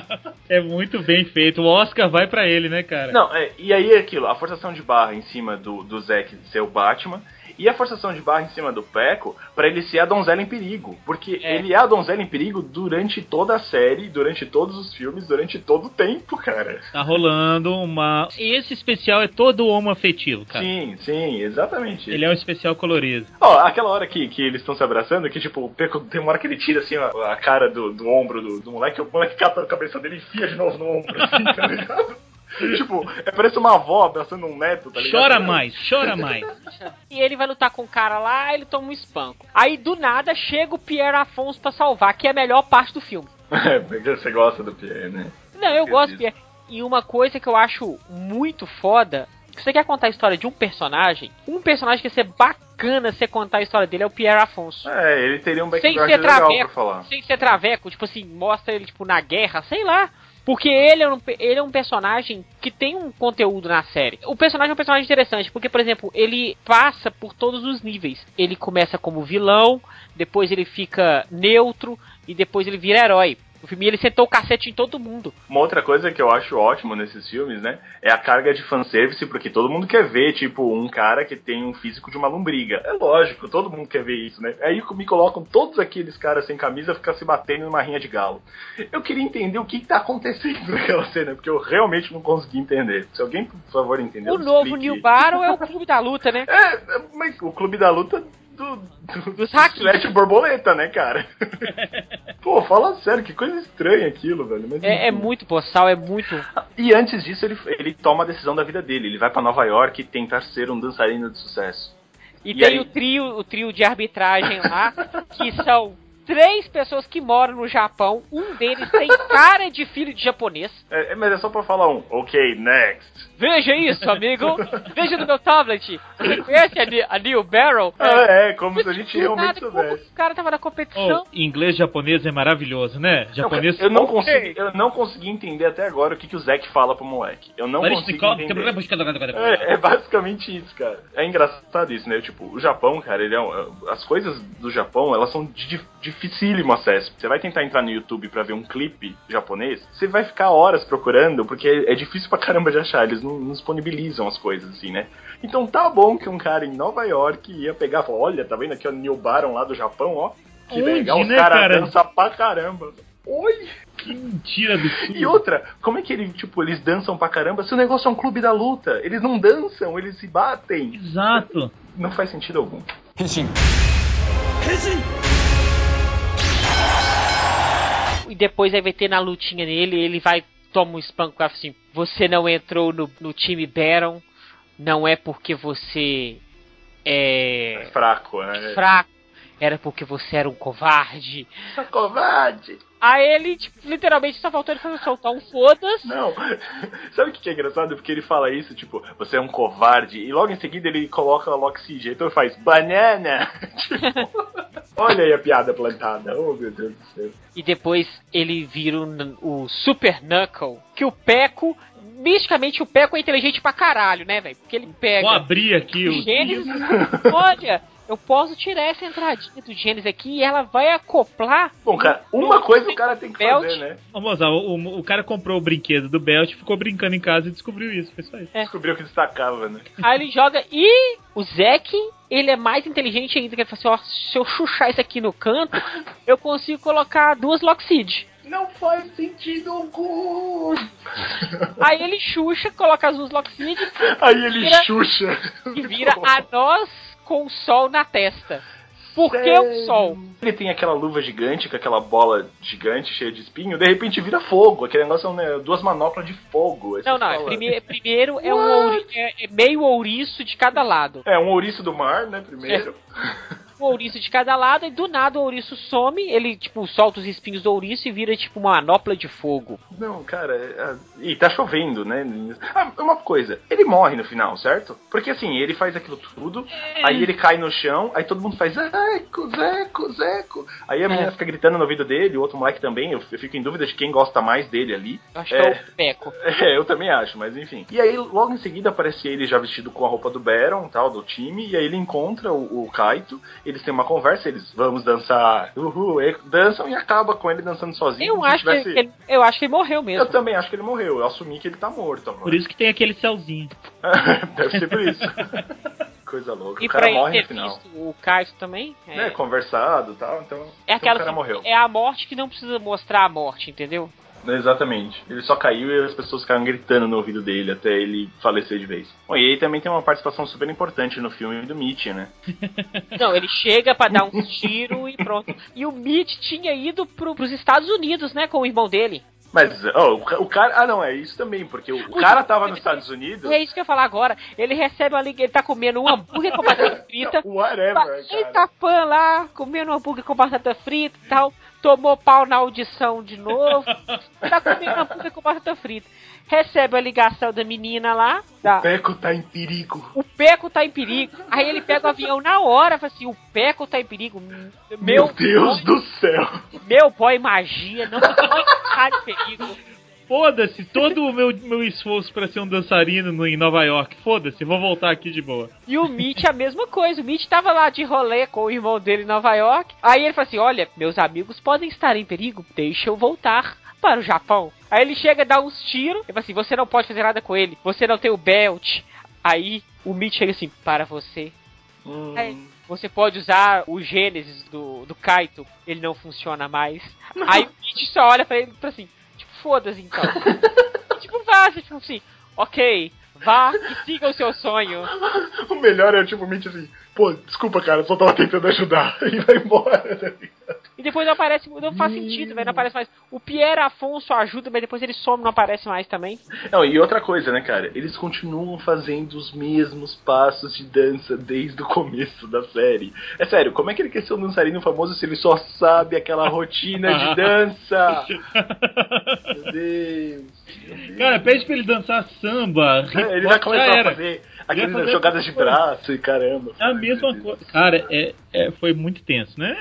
É muito bem feito, o Oscar vai pra ele, né, cara? Não, e aí é aquilo, a forçação de barra em cima do Zack ser o Batman, e a forçação de barra em cima do Peco pra ele ser a donzela em perigo. Porque ele é a donzela em perigo durante toda a série, durante todos os filmes, durante todo o tempo, cara. Tá rolando uma... Esse especial é todo homoafetivo, cara. Sim, exatamente. Ele é um especial colorido. Aquela hora que eles estão se abraçando, que tipo, o Peco tem uma hora que ele tira assim a cara do ombro do moleque, o moleque cata a cabeça dele e enfia de novo no ombro, assim, tá ligado? Tipo, parece uma avó abraçando um neto, tá ligado? Chora mais. E ele vai lutar com o cara lá, ele toma um espanco. Aí, do nada, chega o Pierre Afonso pra salvar, que é a melhor parte do filme. Porque você gosta do Pierre, né? Não, eu gosto do Pierre. E uma coisa que eu acho muito foda, que você quer contar a história de um personagem que ia ser bacana você contar a história dele é o Pierre Afonso. Ele teria um background legal pra falar. Sem ser traveco, tipo assim, mostra ele tipo na guerra, sei lá. Porque ele é um personagem que tem um conteúdo na série. O personagem é um personagem interessante, porque, por exemplo, ele passa por todos os níveis. Ele começa como vilão, depois ele fica neutro, e depois ele vira herói. No filme ele sentou o cacete em todo mundo. Uma outra coisa que eu acho ótimo nesses filmes, né, é a carga de fanservice, porque todo mundo quer ver, tipo, um cara que tem um físico de uma lombriga. É lógico, todo mundo quer ver isso, né? Aí me colocam todos aqueles caras sem camisa ficar se batendo numa rinha de galo. Eu queria entender o que tá acontecendo naquela cena, porque eu realmente não consegui entender. Se alguém, por favor, entender, o novo New Battle é o Clube da Luta, né? Mas o Clube da Luta dos hackers. borboleta, né, cara? Pô, fala sério, que coisa estranha aquilo, velho. Mas é muito boçal, é muito... E antes disso, ele toma a decisão da vida dele. Ele vai pra Nova York e tentar ser um dançarino de sucesso. E tem aí... o trio de arbitragem lá, que são 3 pessoas que moram no Japão. Um deles tem cara de filho de japonês. Mas é só pra falar ok, next. Veja isso, amigo. Veja no meu tablet. Você conhece a New Barrel? Como se a gente realmente soubesse. O cara tava na competição. Inglês japonês é maravilhoso, né? Japonês... Eu não consegui entender até agora o que o Zack fala pro moleque. Eu não consigo entender. É basicamente isso, cara. É engraçado isso, né? Tipo, o Japão, cara, as coisas do Japão, elas são de dificílimo acesso. Você vai tentar entrar no YouTube pra ver um clipe japonês, você vai ficar horas procurando, porque é difícil pra caramba de achar. Eles não disponibilizam as coisas, assim, né? Então tá bom que um cara em Nova York ia pegar e falar, olha, tá vendo aqui o Neil Baron lá do Japão, ó? Que legal, os caras dançam pra caramba. Oi! Que mentira absurda. E outra, como é que eles dançam pra caramba se o negócio é um clube da luta? Eles não dançam, eles se batem. Exato. Não faz sentido algum. Henshin! E depois aí vai ter na lutinha nele, ele vai tomar um espanco assim, você não entrou no time Baron, não é porque você é fraco, né? Fraco, era porque você era um covarde. Covarde! Aí ele, tipo, literalmente só faltou ele soltar um foda-se. Não, sabe o que é engraçado? Porque ele fala isso, tipo, você é um covarde, e logo em seguida ele coloca o oxigênio, então ele faz banana! Tipo, olha aí a piada plantada, oh meu Deus do céu. E depois ele vira o Super Knuckle, que o Peco, misticamente o Peco é inteligente pra caralho, né, velho? Porque ele pega... Vou abrir aqui o... Gênesis, olha... eu posso tirar essa entradinha do Gênesis aqui e ela vai acoplar. Bom, cara, uma coisa o cara tem que Belt. fazer, né? Ô, moça, o cara comprou o brinquedo do Belt, ficou brincando em casa e descobriu isso. Foi só isso. Descobriu que destacava, né? Aí ele joga e o Zack, ele é mais inteligente ainda, que ele fala assim, ó, se eu chuchar isso aqui no canto, eu consigo colocar 2 Lockseed. Não faz sentido algum. Aí ele chucha, coloca as 2 Lockseed Aí ele xuxa. e vira a nós com o sol na testa. Por que o sol? Ele tem aquela luva gigante, com aquela bola gigante cheia de espinho, de repente vira fogo. Aquele negócio são, né, 2 manoplas de fogo. Aí Não, você não. fala, Primeiro é é meio ouriço de cada lado. É um ouriço do mar, né, primeiro. Um ouriço de cada lado, e do nada o ouriço some, ele, tipo, solta os espinhos do ouriço e vira, tipo, uma manopla de fogo. Não, cara, e tá chovendo, né? Uma coisa, ele morre no final, certo? Porque assim, ele faz aquilo tudo, aí ele cai no chão, aí todo mundo faz Zeco, Zeco, Zeco. Aí a menina fica gritando no ouvido dele, o outro moleque também, eu fico em dúvida de quem gosta mais dele ali. Eu acho que é o Peco. Eu também acho, mas enfim. E aí, logo em seguida, aparece ele já vestido com a roupa do Baron, tal, do time, e aí ele encontra o Kaito, eles têm uma conversa, eles, vamos dançar, dançam e acaba com ele dançando sozinho. Eu acho que ele morreu mesmo. Eu também acho que ele morreu, eu assumi que ele tá morto agora. Por isso que tem aquele céuzinho. Deve ser por isso. Coisa louca, E o cara pra morre ele no ter final. visto o Kaito também, Conversado e tal, então, é aquela o cara morreu. É a morte que não precisa mostrar a morte, entendeu? Exatamente. Ele só caiu e as pessoas ficaram gritando no ouvido dele até ele falecer de vez. Bom, e aí também tem uma participação super importante no filme do Mitch, né? Não, ele chega pra dar um tiro e pronto. E o Mitch tinha ido pros Estados Unidos, né, com o irmão dele. Mas, o cara... Ah, não, é isso também, porque o cara tava nos Estados Unidos... É isso que eu ia falar agora. Ele recebe uma liga, ele tá comendo um hambúrguer com batata frita. Whatever, cara. Eita pan lá, comendo um hambúrguer com batata frita e tal. Tomou pau na audição de novo. Tá comendo hambúrguer com batata frita. Recebe a ligação da menina lá. O Peco tá em perigo. O Peco tá em perigo. Aí ele pega o avião na hora, fala assim, o Peco tá em perigo. Meu Deus do céu. Meu boy magia, não tá em perigo. Foda-se, todo o meu esforço pra ser um dançarino em Nova York. Foda-se, vou voltar aqui de boa. E o Mitch a mesma coisa. O Mitch tava lá de rolê com o irmão dele em Nova York. Aí ele fala assim, olha, meus amigos podem estar em perigo, deixa eu voltar para o Japão. Aí ele chega, dá uns tiros, e fala assim, você não pode fazer nada com ele, você não tem o Belt. Aí o Mitch chega assim, para você. Aí, você pode usar o Gênesis do Kaito, ele não funciona mais. Aí o Mitch só olha pra ele e fala assim, tipo, foda-se então. Tipo, vá, tipo assim, ok, vá e siga o seu sonho. O melhor é tipo o Mitch assim, pô, desculpa cara, eu só tava tentando ajudar. E vai embora, tá ligado? E depois não aparece, não faz sentido, velho, não aparece mais. O Pierre Afonso ajuda, mas depois ele some, não aparece mais também. Não, e outra coisa, né, cara, eles continuam fazendo os mesmos passos de dança desde o começo da série. É sério, como é que ele quer ser um dançarino famoso se ele só sabe aquela rotina de dança? Meu Deus. Cara, pede pra ele dançar samba. Ele já começou a fazer aquelas jogadas de braço e caramba. É a mesma coisa. Cara, foi muito tenso, né?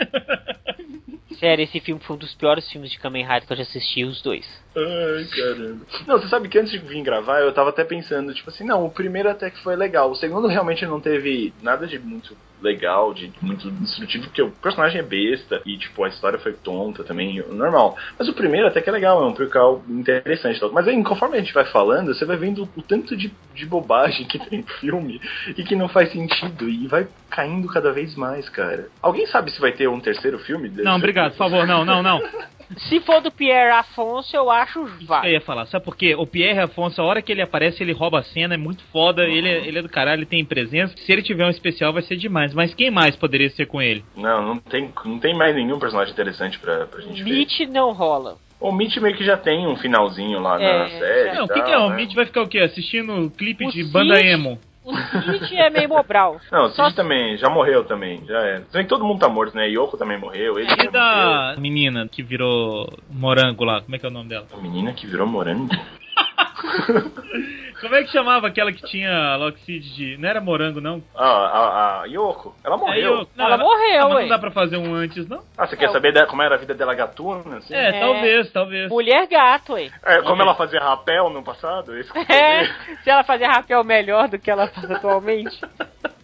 Sério, esse filme foi um dos piores filmes de Kamen Rider que eu já assisti, os dois. Ai, caramba. Não, você sabe que antes de vir gravar, eu tava até pensando, tipo assim, não, o primeiro até que foi legal. O segundo realmente não teve nada de muito legal, de muito instrutivo, porque o personagem é besta e, tipo, a história foi tonta também, normal. Mas o primeiro até que é legal, é um prequel interessante. Mas aí, conforme a gente vai falando, você vai vendo o tanto de bobagem que tem no filme e que não faz sentido e vai caindo cada vez mais, cara. Alguém sabe se vai ter um terceiro filme? Não, obrigado, por favor, não. Se for do Pierre Afonso, eu acho Isso vai. que eu ia falar, sabe por quê? O Pierre Afonso, a hora que ele aparece, ele rouba a cena, é muito foda, ele é do caralho, ele tem presença. Se ele tiver um especial, vai ser demais. Mas quem mais poderia ser com ele? Não tem mais nenhum personagem interessante pra gente ver. Mitch não rola. O Mitch meio que já tem um finalzinho lá na série. Não, o que é? O Mitch vai ficar o quê? Assistindo clipe de Cid, banda emo. O Cid é meio Mobral. Não, o Cid também, já morreu também, já é. Se bem que todo mundo tá morto, né? Yoko também morreu, ele E da menina que virou morango lá, como é que é o nome dela? A menina que virou morango? Como é que chamava aquela que tinha Lockseed de... Não era morango, não? A Yoko, ela morreu. Yoko. Não, Ela morreu, mas ué. não dá pra fazer um antes, não? Ah, você quer saber como era a vida dela gatuna? Assim? Talvez. Mulher gato, ué. Como ela fazia rapel no passado? Isso que eu Se ela fazia rapel melhor do que ela faz atualmente.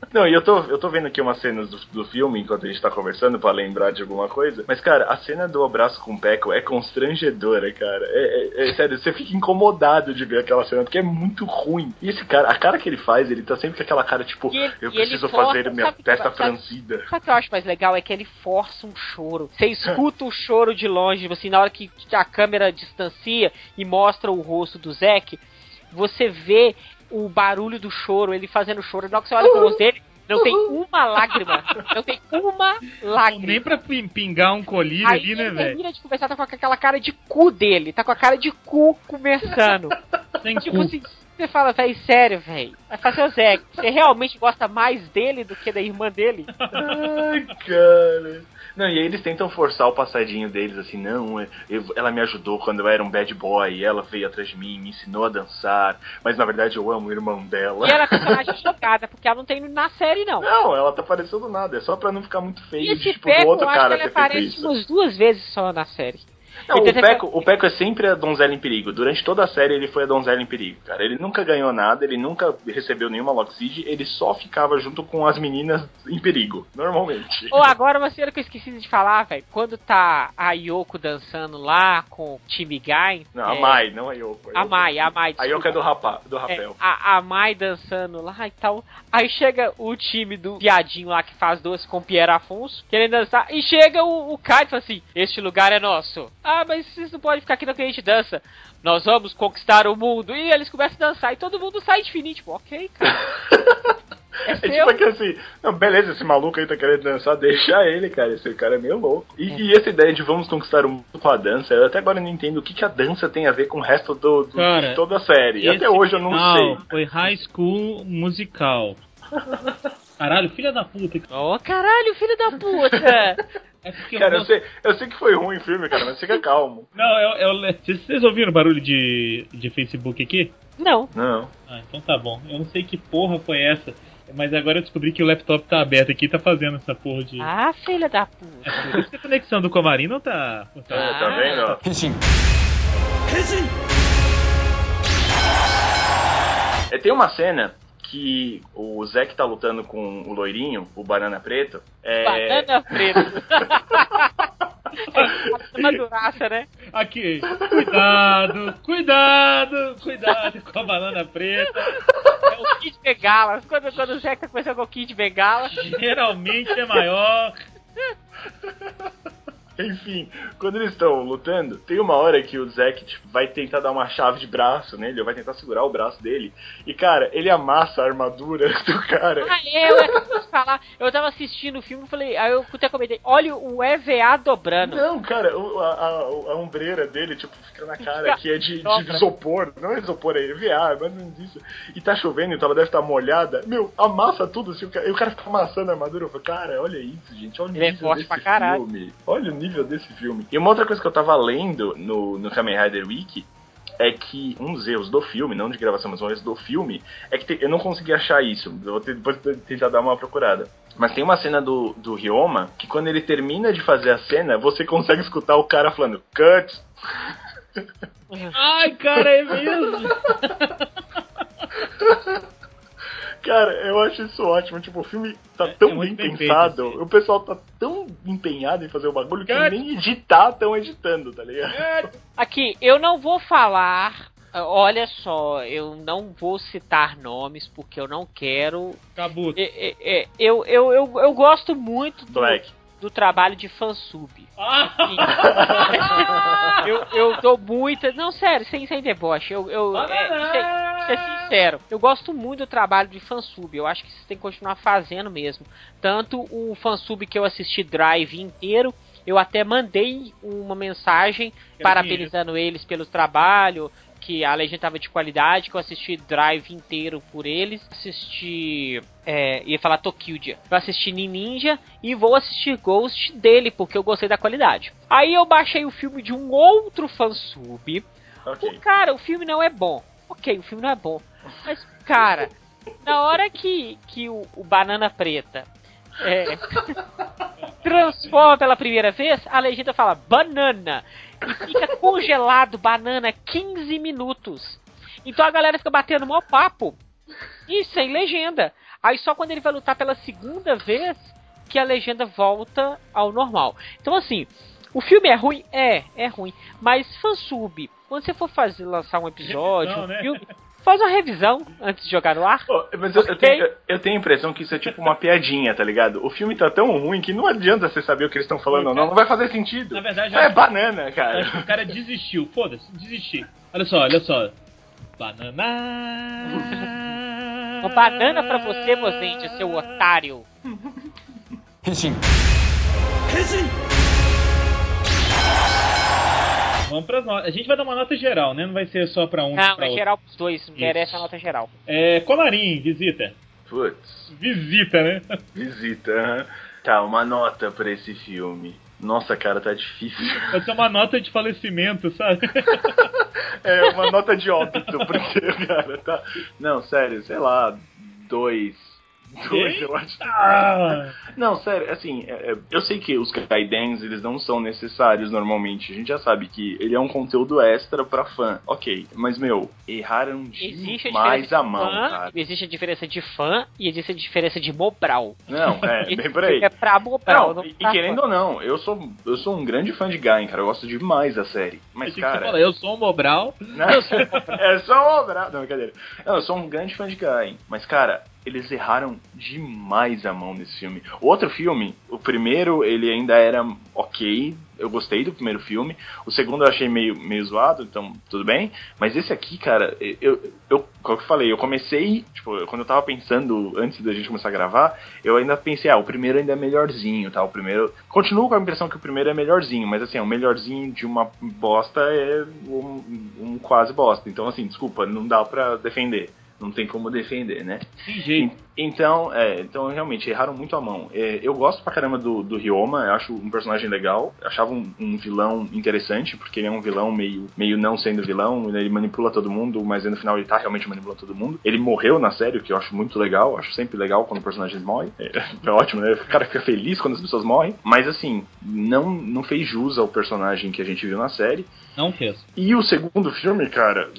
Não, e eu tô vendo aqui umas cenas do filme enquanto a gente tá conversando pra lembrar de alguma coisa. Mas, cara, a cena do abraço com o Peco é constrangedora, cara. Sério, você fica incomodado de ver aquela cena, porque é muito ruim. E esse cara, a cara que ele faz, ele tá sempre com aquela cara, tipo, eu preciso fazer minha testa franzida. Sabe o que eu acho mais legal? É que ele força um choro. Você escuta o choro de longe, tipo assim, na hora que a câmera distancia e mostra o rosto do Zack, você vê o barulho do choro, ele fazendo choro. Na hora que você olha pro rosto dele, não tem uma lágrima. Não tem uma lágrima. Nem pra pingar um colírio Aí ali, né, ele velho? termina de conversar, tá com aquela cara de cu dele. Tá com a cara de cu conversando. Sem Tipo cu. assim, você fala, velho, sério, velho. Vai fazer o Zack. Você realmente gosta mais dele do que da irmã dele? Ai, cara. Não, e aí eles tentam forçar o passadinho deles, assim, não, ela me ajudou quando eu era um bad boy, ela veio atrás de mim, me ensinou a dançar, mas na verdade eu amo o irmão dela. E ela é personagem jogada, porque ela não tem na série, não. Não, ela tá aparecendo nada, é só pra não ficar muito E feio esse de, tipo, do Peco, outro eu acho cara que ele ter feito aparece isso. umas 2 vezes só na série. Não, Ele o Peco é sempre a donzela em perigo. Durante toda a série ele foi a donzela em perigo, cara. Ele nunca ganhou nada, ele nunca recebeu nenhuma Lockseed, ele só ficava junto com as meninas em perigo, normalmente. Ou agora uma cena que eu esqueci de falar, velho. Quando tá a Yoko dançando lá com o time Guy. Não, a Mai, não a Yoko. A Mai. A Yoko é do rapel. A Mai dançando lá e tal. Aí chega o time do viadinho lá que faz doce com o Pierre Afonso, querendo dançar. E chega o Kai e fala assim: este lugar é nosso. Ah, mas vocês não podem ficar aqui não que a gente dança. Nós vamos conquistar o mundo. E eles começam a dançar e todo mundo sai de fininho. Tipo, ok, cara. É tipo que assim, não, beleza, esse maluco aí tá querendo dançar, deixa ele, cara. Esse cara é meio louco. E essa ideia de vamos conquistar o mundo com a dança, eu até agora não entendo o que a dança tem a ver com o resto Cara, de toda a série. Até hoje eu não sei. Foi High School Musical. Caralho, filha da puta. Oh, caralho, filho da puta. É porque Cara, eu sei que foi ruim o filme, cara, mas fica calmo. Não, vocês ouviram barulho de Facebook aqui? Não. Ah, então tá bom. Eu não sei que porra foi essa, mas agora eu descobri que o laptop tá aberto aqui e tá fazendo essa porra de... Ah, filha da puta. É por isso que a conexão do Comarino não tá... Tá vendo? Ó? Tem uma cena que o Zack tá lutando com o loirinho, o Banana Preto. Banana Preto. É uma duraça, né? Aqui, cuidado com a banana preta. É o Kid Bengala. Quando o Zack tá conversando com o Kid Bengala. Geralmente é maior. Enfim, quando eles estão lutando, tem uma hora que o Zack tipo, vai tentar dar uma chave de braço nele, ou vai tentar segurar o braço dele. E, cara, ele amassa a armadura do cara. Eu acabei de falar. Eu tava assistindo o filme e falei, aí eu até comentei, olha o EVA dobrando. Não, cara, a ombreira dele, tipo, fica na cara que é de isopor. Não é isopor, é EVA, mas não disso. E tá chovendo, então ela deve estar molhada. Meu, amassa tudo assim. E o cara fica amassando a armadura. Eu falei, cara, olha isso, gente. Olha o nível desse filme. Olha o nível desse filme. E uma outra coisa que eu tava lendo no Kamen Rider Wiki é que um dos erros do filme, não de gravação, mas um erro do filme, é que eu não consegui achar isso. Eu vou depois tentar dar uma procurada. Mas tem uma cena do Ryoma que quando ele termina de fazer a cena, você consegue escutar o cara falando cut. Ai, cara, é mesmo? Cara, eu acho isso ótimo. Tipo, o filme tá tão bem pensado, feito, assim. o pessoal tá tão empenhado em fazer o bagulho que nem editar tão editando, tá ligado? Aqui, eu não vou falar. Olha só, eu não vou citar nomes porque eu não quero. Kabuto. Eu gosto muito do trabalho de fansub. Eu dou muita. Não, sério, sem deboche. Isso é sincero. Eu gosto muito do trabalho de fansub. Eu acho que vocês têm que continuar fazendo mesmo. Tanto o fansub que eu assisti Drive inteiro, eu até mandei uma mensagem parabenizando eles pelo trabalho, que a legenda tava de qualidade, que eu assisti Drive inteiro por eles. Assisti... ia falar Tokyo. Eu assisti Ninja e vou assistir Ghost dele, porque eu gostei da qualidade. Aí eu baixei o filme de um outro fansub. Okay. Cara, o filme não é bom. Ok, o filme não é bom. Mas, cara, na hora que o Banana Preta transforma pela primeira vez, a legenda fala banana. E fica congelado banana 15 minutos. Então a galera fica batendo mó papo. E sem legenda. Aí só quando ele vai lutar pela segunda vez que a legenda volta ao normal. Então assim, o filme é ruim? É ruim. Mas fansub, quando você for lançar um episódio, Não, né? um filme, faz uma revisão antes de jogar no ar. Mas eu tenho a impressão que isso é tipo uma piadinha, tá ligado? O filme tá tão ruim que não adianta você saber o que eles estão falando ou não. Não vai fazer sentido. Na verdade, é banana, eu cara. acho que o cara desistiu. Foda-se, desistir. Olha só. Banana. Uma banana pra você, Mozende, seu otário. Henshin. Vamos pras notas. A gente vai dar uma nota geral, né? Não vai ser só pra um. Não, pra é outro. geral pros dois. Merece a nota geral. Colarim, visita. Putz, Visita, né? visita. Aham. Tá, uma nota pra esse filme. Nossa, cara, tá difícil. Pode ser uma nota de falecimento, sabe? É uma nota de óbito, porque, cara, tá. Não, sério, sei lá, 2. Eu acho. Não, sério, assim, eu sei que os Gaidens, eles não são necessários normalmente. A gente já sabe que ele é um conteúdo extra pra fã. Ok, mas, meu, erraram demais a mão, cara. Existe a diferença de fã e existe a diferença de Mobral. Não, bem por aí. É pra Mobral, Não, não e pra querendo ou não, eu sou um grande fã de Gain, cara. Eu gosto demais da série. Mas, cara... eu sou um Mobral. Não, é só um Mobral. Não, brincadeira. Não, eu sou um grande fã de Gain. Mas, cara... Eles erraram demais a mão nesse filme. O outro filme, o primeiro, ele ainda era ok. Eu gostei do primeiro filme. O segundo eu achei meio zoado, então tudo bem. Mas esse aqui, cara, como eu falei, eu comecei, tipo, quando eu tava pensando, antes da gente começar a gravar, eu ainda pensei, o primeiro ainda é melhorzinho, tá? O primeiro... Continuo com a impressão que o primeiro é melhorzinho, mas assim, o melhorzinho de uma bosta é um quase bosta. Então, assim, desculpa, não dá pra defender. Não tem como defender, né? Tem jeito. Então realmente, erraram muito a mão. Eu gosto pra caramba do Ryoma, eu acho um personagem legal. Eu achava um vilão interessante, porque ele é um vilão meio não sendo vilão, ele manipula todo mundo, mas no final ele tá realmente manipulando todo mundo. Ele morreu na série, o que eu acho muito legal. Eu acho sempre legal quando personagens morrem. É ótimo, né? O cara fica feliz quando as pessoas morrem. Mas assim, não fez jus ao personagem que a gente viu na série. Não fez. E o segundo filme, cara...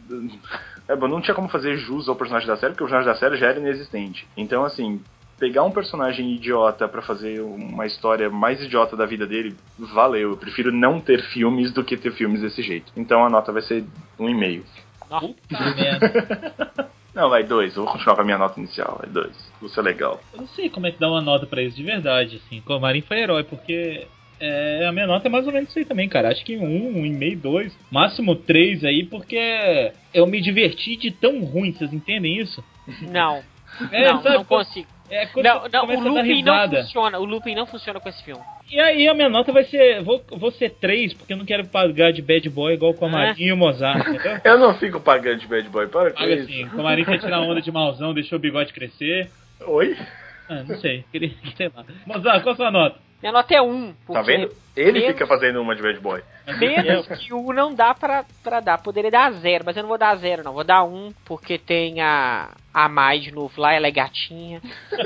não tinha como fazer jus ao personagem da série, porque o personagem da série já era inexistente. Então, assim, pegar um personagem idiota pra fazer uma história mais idiota da vida dele, valeu. Eu prefiro não ter filmes do que ter filmes desse jeito. Então a nota vai ser 1,5. Puta merda. Não, vai 2. Eu vou continuar com a minha nota inicial. Vai 2. Isso é legal. Eu não sei como é que dá uma nota pra isso de verdade, assim. O Marin foi herói, porque... a minha nota é mais ou menos isso aí também, cara. Acho que 1,5, 2, máximo 3 aí, porque eu me diverti de tão ruim, vocês entendem isso? Não. Sabe, não consigo. O looping não funciona. O looping não funciona com esse filme. E aí a minha nota vai ser... Vou ser 3, porque eu não quero pagar de bad boy igual o Comarim e o Mozart, entendeu? Eu não fico pagando de bad boy, para com Paga isso. assim, o Comarim quer tirar onda de mauzão, deixou o bigode crescer. Oi? Não sei, sei lá. Mozart, qual a sua nota? Minha nota é 1. Tá vendo? Ele fica fazendo uma de bad boy. Menos que 1 não dá pra dar. Poderia dar 0, mas eu não vou dar 0, não. Vou dar 1, porque tem a Mai de novo lá, ela é gatinha.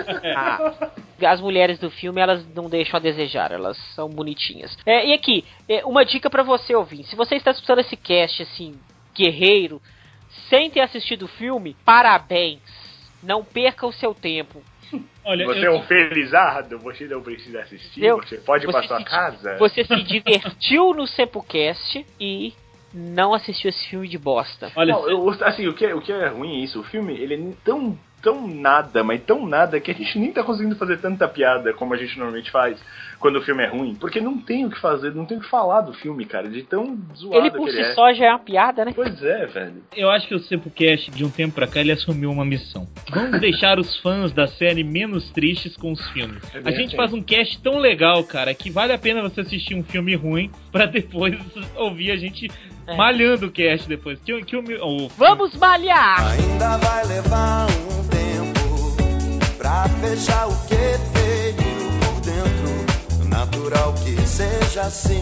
As mulheres do filme, elas não deixam a desejar, elas são bonitinhas. E aqui, uma dica pra você, ouvir. Se você está escutando esse cast, assim, guerreiro, sem ter assistido o filme, parabéns. Não perca o seu tempo. Olha, você é um felizardo, você não precisa assistir, você pode ir pra sua casa. Você se divertiu no Sempocast e não assistiu esse filme de bosta. Olha, não, assim, o que é ruim é isso. O filme, ele é tão nada, mas tão nada, que a gente nem tá conseguindo fazer tanta piada como a gente normalmente faz quando o filme é ruim. Porque não tem o que fazer, não tem o que falar do filme, cara, de tão zoado ele por si só já é uma piada, né? Pois é, velho. Eu acho que o Sempocast, de um tempo pra cá, ele assumiu uma missão. Vamos deixar os fãs da série menos tristes com os filmes. A gente faz um cast tão legal, cara, que vale a pena você assistir um filme ruim pra depois ouvir a gente malhando o cast depois. Vamos malhar! Ainda vai levar um tempo pra fechar o que veio por dentro. Natural que seja assim,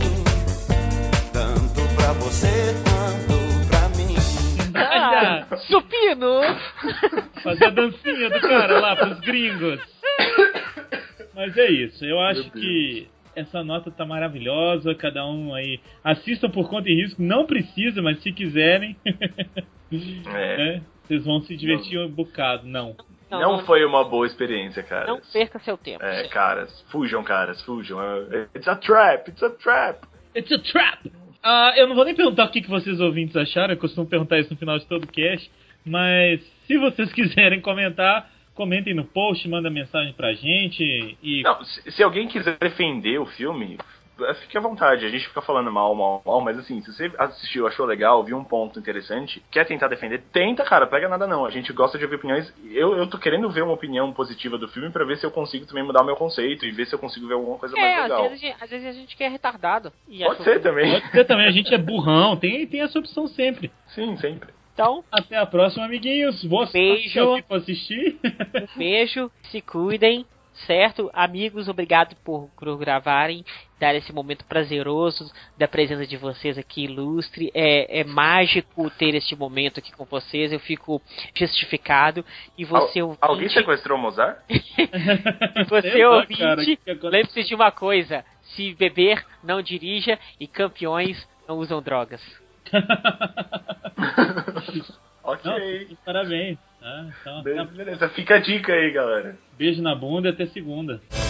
tanto pra você quanto pra mim. Supino! Fazer a dancinha do cara lá pros gringos. Mas é isso, eu acho que essa nota tá maravilhosa, cada um aí assistam por conta e risco, não precisa, mas se quiserem, né, vocês vão se divertir um bocado, não. Não foi uma boa experiência, cara. Não perca seu tempo. Caras, fujam. It's a trap. It's a trap! Eu não vou nem perguntar o que vocês ouvintes acharam, eu costumo perguntar isso no final de todo o cast, mas se vocês quiserem comentar, comentem no post, mandem mensagem pra gente e... Não, se alguém quiser defender o filme, fique à vontade, a gente fica falando mal, mas assim, se você assistiu, achou legal, viu um ponto interessante, quer tentar defender, tenta, cara, pega nada não, a gente gosta de ouvir opiniões, eu tô querendo ver uma opinião positiva do filme pra ver se eu consigo também mudar o meu conceito e ver se eu consigo ver alguma coisa mais legal. Às vezes a gente quer retardado. Pode ser também. Pode ser também, a gente é burrão, tem essa opção sempre. Sim, sempre. Então, até a próxima, amiguinhos. Beijo. Pra assistir. Um beijo, se cuidem, certo? Amigos, obrigado por gravarem, dar esse momento prazeroso da presença de vocês aqui, ilustre. É mágico ter este momento aqui com vocês, eu fico justificado. E você ouvinte... Alguém sequestrou Mozart? Você ouvinte, lembre-se de uma coisa: se beber, não dirija, e campeões não usam drogas. Ok. Não, parabéns. Então, beleza, fica a dica aí, galera. Beijo na bunda e até segunda.